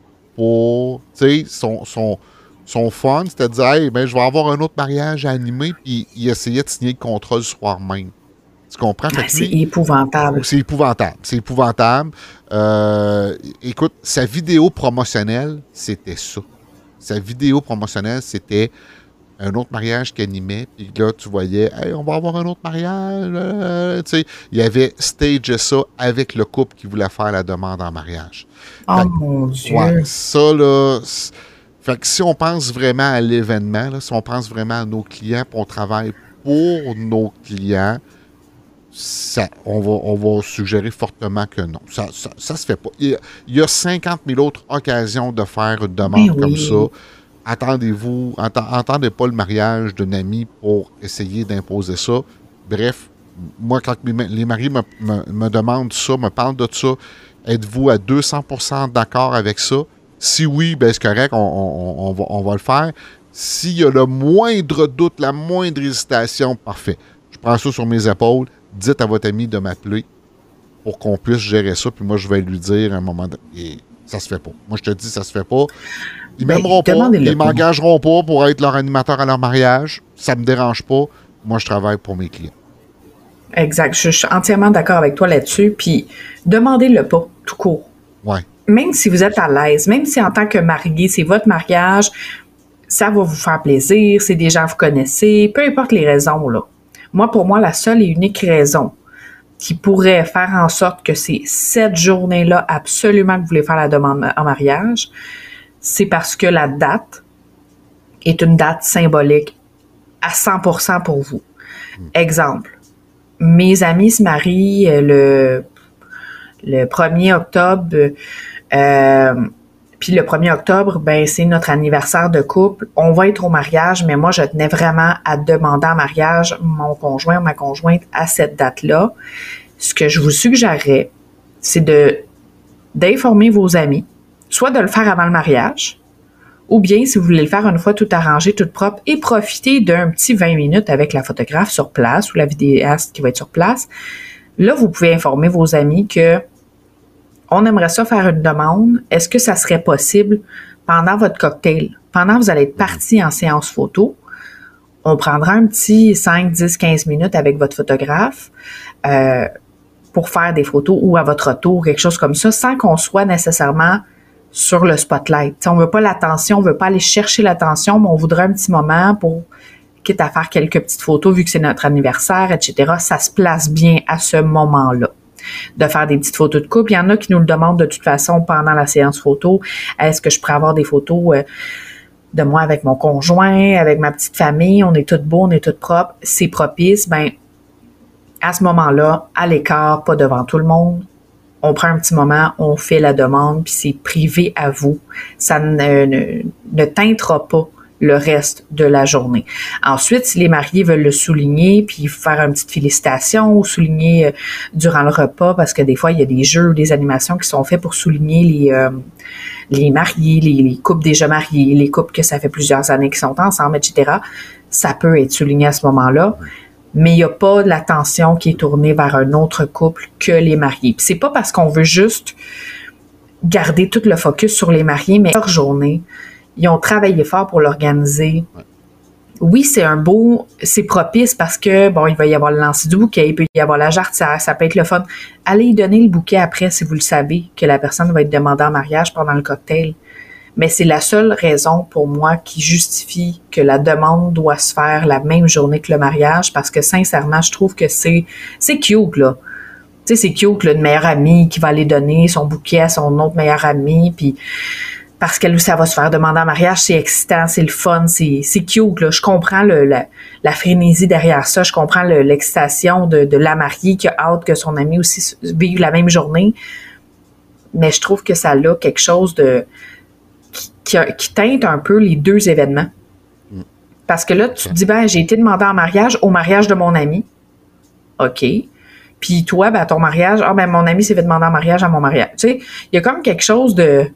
pour, tu sais, son, son, son fun, c'était de dire, hey, ben, je vais avoir un autre mariage à animer, puis il essayait de signer le contrat le soir même. Tu comprends? Fait ah, que c'est lui, épouvantable. c'est épouvantable. C'est épouvantable. Euh, écoute, sa vidéo promotionnelle, c'était ça. Sa vidéo promotionnelle, c'était un autre mariage qu'il animait. Puis là, tu voyais, hey, on va avoir un autre mariage. euh, tu sais, il avait stagé ça avec le couple qui voulait faire la demande en mariage. Oh Fait- mon Dieu. Ouais, ça, là. c'est- Fait que si on pense vraiment à l'événement, là, si on pense vraiment à nos clients, puis on travaille pour nos clients, ça, on, va, on va suggérer fortement que non. Ça, ça, ça se fait pas. Il y a, il y a cinquante mille autres occasions de faire une demande Ben comme oui. ça. Attendez-vous, enten- entendez pas le mariage d'un ami pour essayer d'imposer ça. Bref, moi, quand mes ma- les mariés me, me- me demandent ça, me parlent de ça, êtes-vous à deux cents pour cent d'accord avec ça? Si oui, ben c'est correct, on, on- on va, on va le faire. S'il y a le moindre doute, la moindre hésitation, parfait. Je prends ça sur mes épaules. Dites à votre ami de m'appeler pour qu'on puisse gérer ça. Puis moi, je vais lui dire à un moment donné. Et Ça se fait pas. Moi, je te dis, ça se fait pas. Ils Ben, m'aimeront pas, demandez-le ils pas. m'engageront pas pour être leur animateur à leur mariage. Ça me dérange pas. Moi, je travaille pour mes clients. Exact. Je, je suis entièrement d'accord avec toi là-dessus. Puis, demandez-le pas, tout court. Ouais. Même si vous êtes à l'aise, même si en tant que marié, c'est votre mariage, ça va vous faire plaisir, c'est des gens que vous connaissez, peu importe les raisons, là. Moi, pour moi, la seule et unique raison qui pourrait faire en sorte que c'est cette journée-là absolument que vous voulez faire la demande en mariage, c'est parce que la date est une date symbolique à cent pour cent pour vous. Exemple, mes amis se marient euh, le, le premier octobre, euh, puis le premier octobre, ben c'est notre anniversaire de couple. On va être au mariage, mais moi, je tenais vraiment à demander en mariage mon conjoint ou ma conjointe à cette date-là. Ce que je vous suggérerais, c'est de d'informer vos amis, soit de le faire avant le mariage, ou bien, si vous voulez le faire une fois tout arrangé, tout propre, et profiter d'un petit vingt minutes avec la photographe sur place ou la vidéaste qui va être sur place, là, vous pouvez informer vos amis que on aimerait ça faire une demande. Est-ce que ça serait possible pendant votre cocktail? Pendant que vous allez être parti en séance photo, on prendra un petit cinq, dix, quinze minutes avec votre photographe euh, pour faire des photos ou à votre retour, quelque chose comme ça, sans qu'on soit nécessairement sur le spotlight. T'sais, on veut pas l'attention, on veut pas aller chercher l'attention, mais on voudrait un petit moment pour, quitte à faire quelques petites photos, vu que c'est notre anniversaire, et cetera. Ça se place bien à ce moment-là. De faire des petites photos de couple. Il y en a qui nous le demandent de toute façon pendant la séance photo. Est-ce que je pourrais avoir des photos euh, de moi avec mon conjoint, avec ma petite famille? On est toutes beaux, on est toutes propres. C'est propice. Ben, à ce moment-là, à l'écart, pas devant tout le monde, on prend un petit moment, on fait la demande, puis c'est privé à vous. Ça ne, ne, ne teintera pas le reste de la journée. Ensuite, si les mariés veulent le souligner, puis faire une petite félicitation ou souligner euh, durant le repas, parce que des fois, il y a des jeux ou des animations qui sont faits pour souligner les, euh, les mariés, les, les couples déjà mariés, les couples que ça fait plusieurs années qu'ils sont ensemble, et cetera. Ça peut être souligné à ce moment-là. Mais il n'y a pas de l'attention qui est tournée vers un autre couple que les mariés. Puis c'est pas parce qu'on veut juste garder tout le focus sur les mariés, mais leur journée, ils ont travaillé fort pour l'organiser. Ouais. Oui, c'est un beau, c'est propice parce que, bon, il va y avoir le lancer du bouquet, il peut y avoir la jarretière, ça peut être le fun. Allez y donner le bouquet après si vous le savez, que la personne va être demandée en mariage pendant le cocktail. Mais c'est la seule raison pour moi qui justifie que la demande doit se faire la même journée que le mariage, parce que sincèrement, je trouve que c'est, c'est cute, là. Tu sais, c'est cute, là, une meilleure amie qui va aller donner son bouquet à son autre meilleure amie, puis parce qu'elle aussi, elle va se faire demander en mariage, c'est excitant, c'est le fun, c'est, c'est cute, là. Je comprends le, la, la frénésie derrière ça, je comprends le, l'excitation de, de la mariée qui a hâte que son ami aussi vive la même journée, mais je trouve que ça a quelque chose de qui, qui, qui teinte un peu les deux événements. Mm. Parce que là, tu te dis, ben, j'ai été demandé en mariage au mariage de mon ami. OK. Puis toi, ben, à ton mariage, ah, ben, mon ami s'est fait demander en mariage à mon mariage. Tu sais, il y a comme quelque chose de.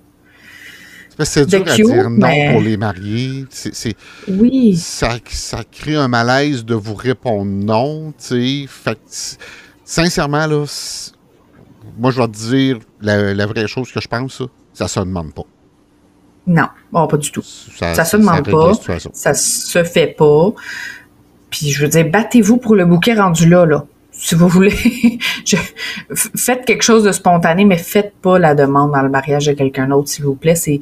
C'est dur à dire non mais... pour les mariés. C'est, c'est, oui. Ça, ça crée un malaise de vous répondre non, tu sais. Fait que, sincèrement, là, moi, je vais te dire la, la vraie chose que je pense, ça, ça se demande pas. Non, bon, pas du tout. Ça, ça se demande ça pas. Ça se fait pas. Puis, je veux dire, battez-vous pour le bouquet rendu là, là. Si vous voulez, je, faites quelque chose de spontané, mais faites pas la demande dans le mariage de quelqu'un d'autre, s'il vous plaît. C'est,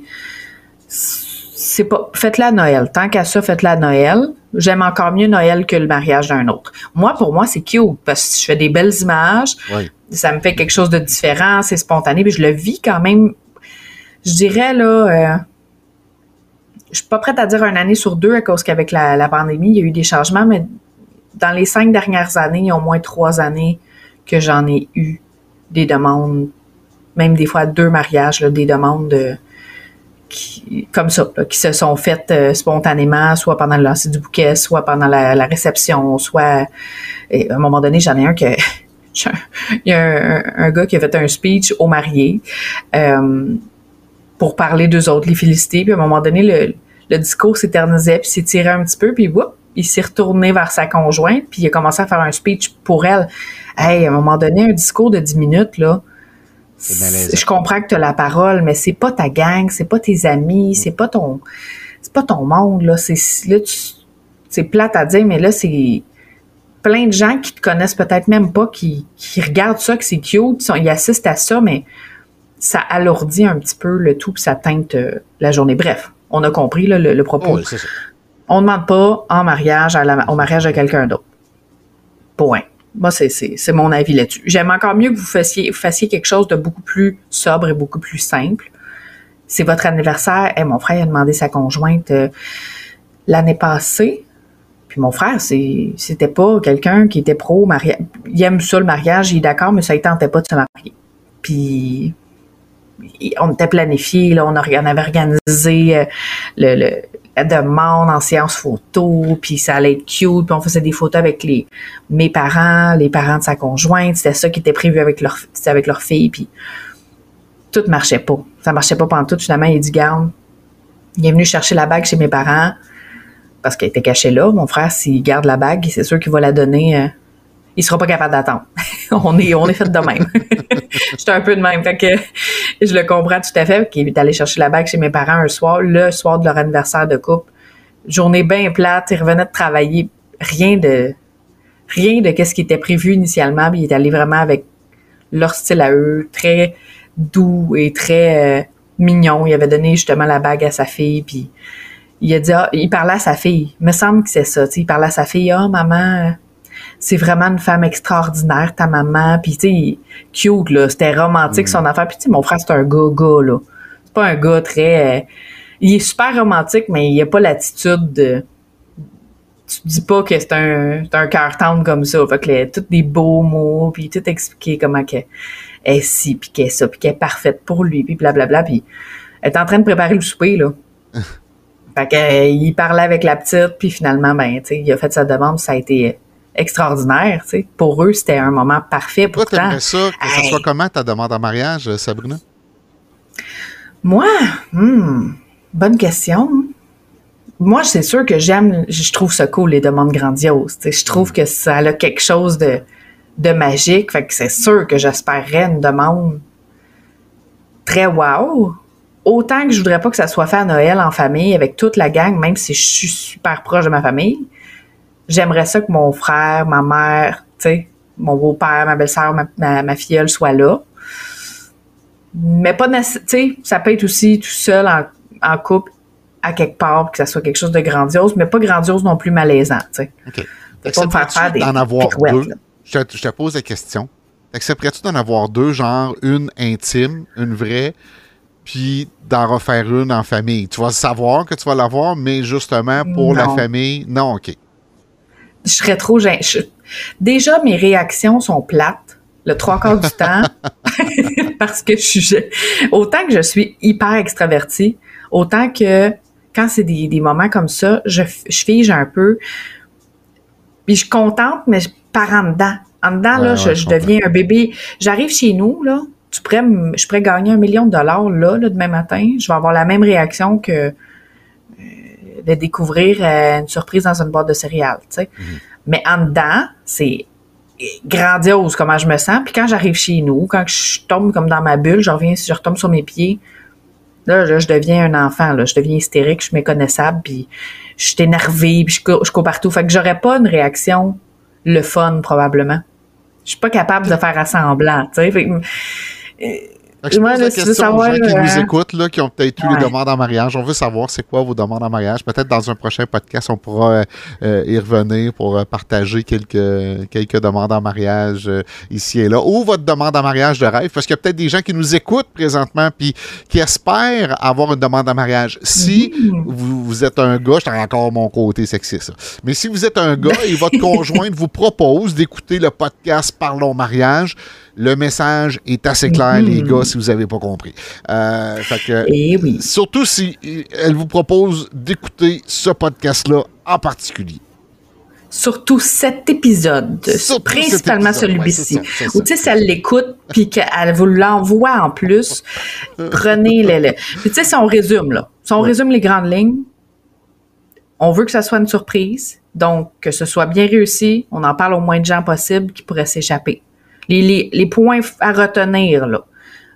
c'est pas, faites-la à Noël. Tant qu'à ça, faites-la à Noël. J'aime encore mieux Noël que le mariage d'un autre. Moi, pour moi, c'est cute parce que je fais des belles images. Oui. Ça me fait quelque chose de différent, c'est spontané, puis je le vis quand même. Je dirais, là, euh, je suis pas prête à dire une année sur deux à cause qu'avec la, la pandémie, il y a eu des changements, mais dans les cinq dernières années, il y a au moins trois années que j'en ai eu des demandes, même des fois deux mariages, là, des demandes de, qui, comme ça, là, qui se sont faites euh, spontanément, soit pendant le lancer du bouquet, soit pendant la, la réception, soit... Et à un moment donné, j'en ai un que... il y a un, un gars qui a fait un speech aux mariés euh, pour parler d'eux autres, les féliciter, puis à un moment donné, le, le discours s'éternisait, puis s'étirait un petit peu, puis whoop, il s'est retourné vers sa conjointe, puis il a commencé à faire un speech pour elle. Hey, à un moment donné, un discours de dix minutes, là, je comprends que tu as la parole, mais c'est pas ta gang, c'est pas tes amis, c'est pas ton c'est pas ton monde, là. C'est, là, tu, c'est plate à dire, mais là, c'est plein de gens qui te connaissent peut-être même pas, qui, qui regardent ça, que c'est cute, ils assistent à ça, mais ça alourdit un petit peu le tout, puis ça teinte euh, la journée. Bref, on a compris là, le, le propos. Oh, c'est ça. On ne demande pas en mariage, à la, au mariage de quelqu'un d'autre. Point. Moi, c'est, c'est, c'est mon avis là-dessus. J'aime encore mieux que vous fassiez, vous fassiez quelque chose de beaucoup plus sobre et beaucoup plus simple. C'est votre anniversaire. Hey, mon frère a demandé sa conjointe euh, l'année passée. Puis mon frère, c'est, c'était pas quelqu'un qui était pro mariage. Il aime ça, le mariage, il est d'accord, mais ça ne tentait pas de se marier. Puis on était planifié, là, on, a, on avait organisé euh, le, le, la demande en séance photo, puis ça allait être cute, puis on faisait des photos avec les mes parents, les parents de sa conjointe, c'était ça qui était prévu avec leur, avec leur fille, puis tout marchait pas. Ça marchait pas pendant tout. Finalement, il dit, garde, il est venu chercher la bague chez mes parents, parce qu'elle était cachée là. Mon frère, s'il garde la bague, c'est sûr qu'il va la donner... Euh, il sera pas capable d'attendre. on est on est fait de même. J'étais un peu de même. Fait que je le comprends tout à fait. Il est allé chercher la bague chez mes parents un soir, le soir de leur anniversaire de couple. Journée bien plate. Il revenait de travailler. Rien de rien de qu'est-ce qui était prévu initialement. Puis il est allé vraiment avec leur style à eux, très doux et très euh, mignon. Il avait donné justement la bague à sa fille. Puis il a dit, ah, il parlait à sa fille. Il me semble que c'est ça. T'sais, il parlait à sa fille. Ah, maman... c'est vraiment une femme extraordinaire, ta maman. Puis, tu sais, cute, là. C'était romantique, son affaire. Puis, tu sais, mon frère, c'est un gars-gars, là. C'est pas un gars très... Euh, il est super romantique, mais il a pas l'attitude de... Tu dis pas que c'est un, c'est un cœur tendre comme ça. Fait que les, tous des beaux mots, puis tout expliquer comment qu'elle est ci, puis qu'elle est ça, puis qu'elle est parfaite pour lui, puis blablabla. Puis, elle est en train de préparer le souper, là. Fait que, euh, il parlait avec la petite, puis finalement, ben, tu sais, il a fait sa demande, ça a été... extraordinaire, tu sais. Pour eux, c'était un moment parfait. Toi, pourtant. t'aimerais ça, que ça hey. soit comment ta demande en mariage, Sabrina? Moi, hmm, bonne question. Moi, c'est sûr que j'aime, je trouve ça cool, les demandes grandioses. Tu sais. Je trouve que ça a quelque chose de, de magique. Fait que c'est sûr que j'espérerais une demande très wow. Autant que je voudrais pas que ça soit fait à Noël en famille avec toute la gang, même si je suis super proche de ma famille. J'aimerais ça que mon frère, ma mère, tu sais, mon beau-père, ma belle-sœur, ma, ma, ma filleule soient là. Mais pas nécessairement, tu sais, ça peut être aussi tout seul en, en couple à quelque part, que ça soit quelque chose de grandiose, mais pas grandiose non plus malaisant, tu sais. OK. T'accepterais-tu d'en avoir deux? Je te, je te pose la question. T'accepterais-tu d'en avoir deux, genre une intime, une vraie, puis d'en refaire une en famille? Tu vas savoir que tu vas l'avoir, mais justement, pour non. la famille, non, OK. Je serais trop gênée. Je... Déjà, mes réactions sont plates, le trois quarts du temps, parce que je suis... Autant que je suis hyper extravertie, autant que quand c'est des, des moments comme ça, je, je fige un peu, puis je suis contente, mais je pars en dedans. En dedans, ouais, là, ouais, je, je deviens un bébé. J'arrive chez nous, là, tu pourrais me, je pourrais gagner un million de dollars, là, là, demain matin. Je vais avoir la même réaction que euh, de découvrir euh, une surprise dans une boîte de céréales, tu sais. Mm-hmm. Mais en dedans, c'est grandiose comment je me sens. Puis quand j'arrive chez nous, quand je tombe comme dans ma bulle, je reviens, je retombe sur mes pieds, là, là je deviens un enfant, là. Je deviens hystérique, je suis méconnaissable, puis je suis énervée, puis je cours, je cours partout. Fait que j'aurais pas une réaction le fun, probablement. Je suis pas capable de faire assemblant, tu sais. Fait que, euh, je moi, pose là, la si question savoir, aux gens qui euh, nous écoutent, là, qui ont peut-être eu ouais. les demandes en mariage. On veut savoir c'est quoi vos demandes en mariage. Peut-être dans un prochain podcast, on pourra euh, y revenir pour euh, partager quelques, quelques demandes en mariage euh, ici et là. Ou votre demande en mariage de rêve, parce qu'il y a peut-être des gens qui nous écoutent présentement puis qui espèrent avoir une demande en mariage. Si mm-hmm. vous, vous êtes un gars, je t'en encore mon côté sexiste, mais si vous êtes un gars et votre conjointe vous propose d'écouter le podcast Parlons mariage, le message est assez clair, mm-hmm. les gars, si vous n'avez pas compris. Euh, fait que, eh oui. Surtout si elle vous propose d'écouter ce podcast-là en particulier. Surtout cet épisode, Surtout principalement cet épisode. Celui-ci. Ouais, Ou tu sais, si elle l'écoute puis qu'elle vous l'envoie en plus, prenez le... le... Puis tu sais, si on résume, là, si on ouais. résume les grandes lignes, on veut que ça soit une surprise, donc que ce soit bien réussi, on en parle au moins de gens possible qui pourraient s'échapper. Les, les, les points à retenir, là.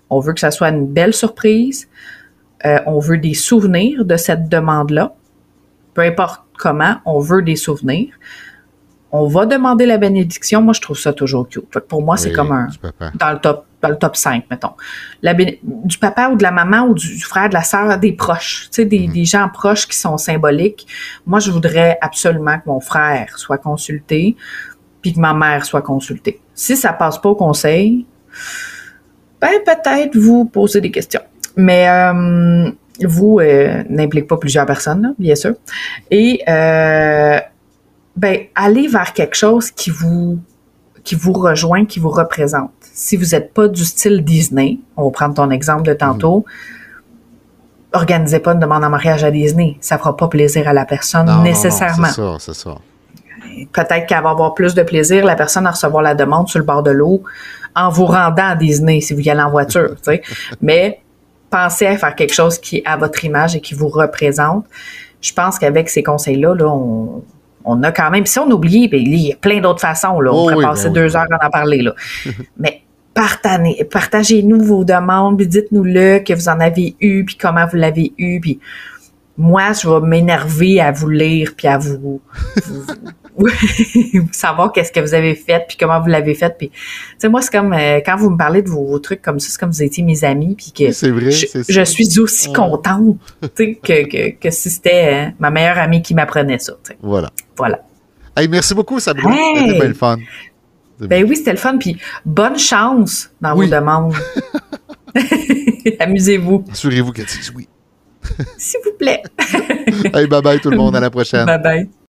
On veut que ça soit une belle surprise. Euh, on veut des souvenirs de cette demande-là. Peu importe comment, on veut des souvenirs. On va demander la bénédiction. Moi, je trouve ça toujours cute. Fait que pour moi, oui, c'est comme un... Dans le top, dans le top cinq, mettons. La béné- du papa ou de la maman ou du frère, de la sœur, des proches. Tu sais, des, mm-hmm. des gens proches qui sont symboliques. Moi, je voudrais absolument que mon frère soit consulté puis que ma mère soit consultée. Si ça passe pas au conseil, ben peut-être vous posez des questions. Mais euh, vous euh, n'implique pas plusieurs personnes, là, bien sûr. Et... Euh, ben, allez vers quelque chose qui vous, qui vous rejoint, qui vous représente. Si vous n'êtes pas du style Disney, on va prendre ton exemple de tantôt, mmh. organisez pas une demande en mariage à Disney. Ça fera pas plaisir à la personne non, nécessairement. Non, non, c'est ça, c'est ça. Peut-être qu'elle va avoir plus de plaisir, la personne, à recevoir la demande sur le bord de l'eau en vous rendant à Disney si vous y allez en voiture, tu sais. Mais pensez à faire quelque chose qui est à votre image et qui vous représente. Je pense qu'avec ces conseils-là, là, on... On a quand même, si on oublie, ben, il y a plein d'autres façons, là. On oh pourrait oui, passer ben deux oui. heures à en parler, là. Mais partagez, partagez-nous vos demandes, puis dites-nous-le, que vous en avez eu, puis comment vous l'avez eu, puis moi, je vais m'énerver à vous lire, puis à vous, vous, vous savoir qu'est-ce que vous avez fait, puis comment vous l'avez fait, puis, tu sais, moi, c'est comme, euh, quand vous me parlez de vos, vos trucs comme ça, c'est comme vous étiez mes amis, puis que c'est vrai, je, c'est je suis aussi oh. contente, tu sais, que, que, que si c'était euh, ma meilleure amie qui m'apprenait ça, tu sais. Voilà. Voilà. Hey, merci beaucoup, Sabrina. Hey! C'était bien le fun. C'est ben bien. Oui, c'était le fun. Puis bonne chance dans oui. vos demandes. Amusez-vous. Assurez-vous qu'elle dise oui. S'il vous plaît. Hey, bye bye tout le monde. À la prochaine. Bye bye.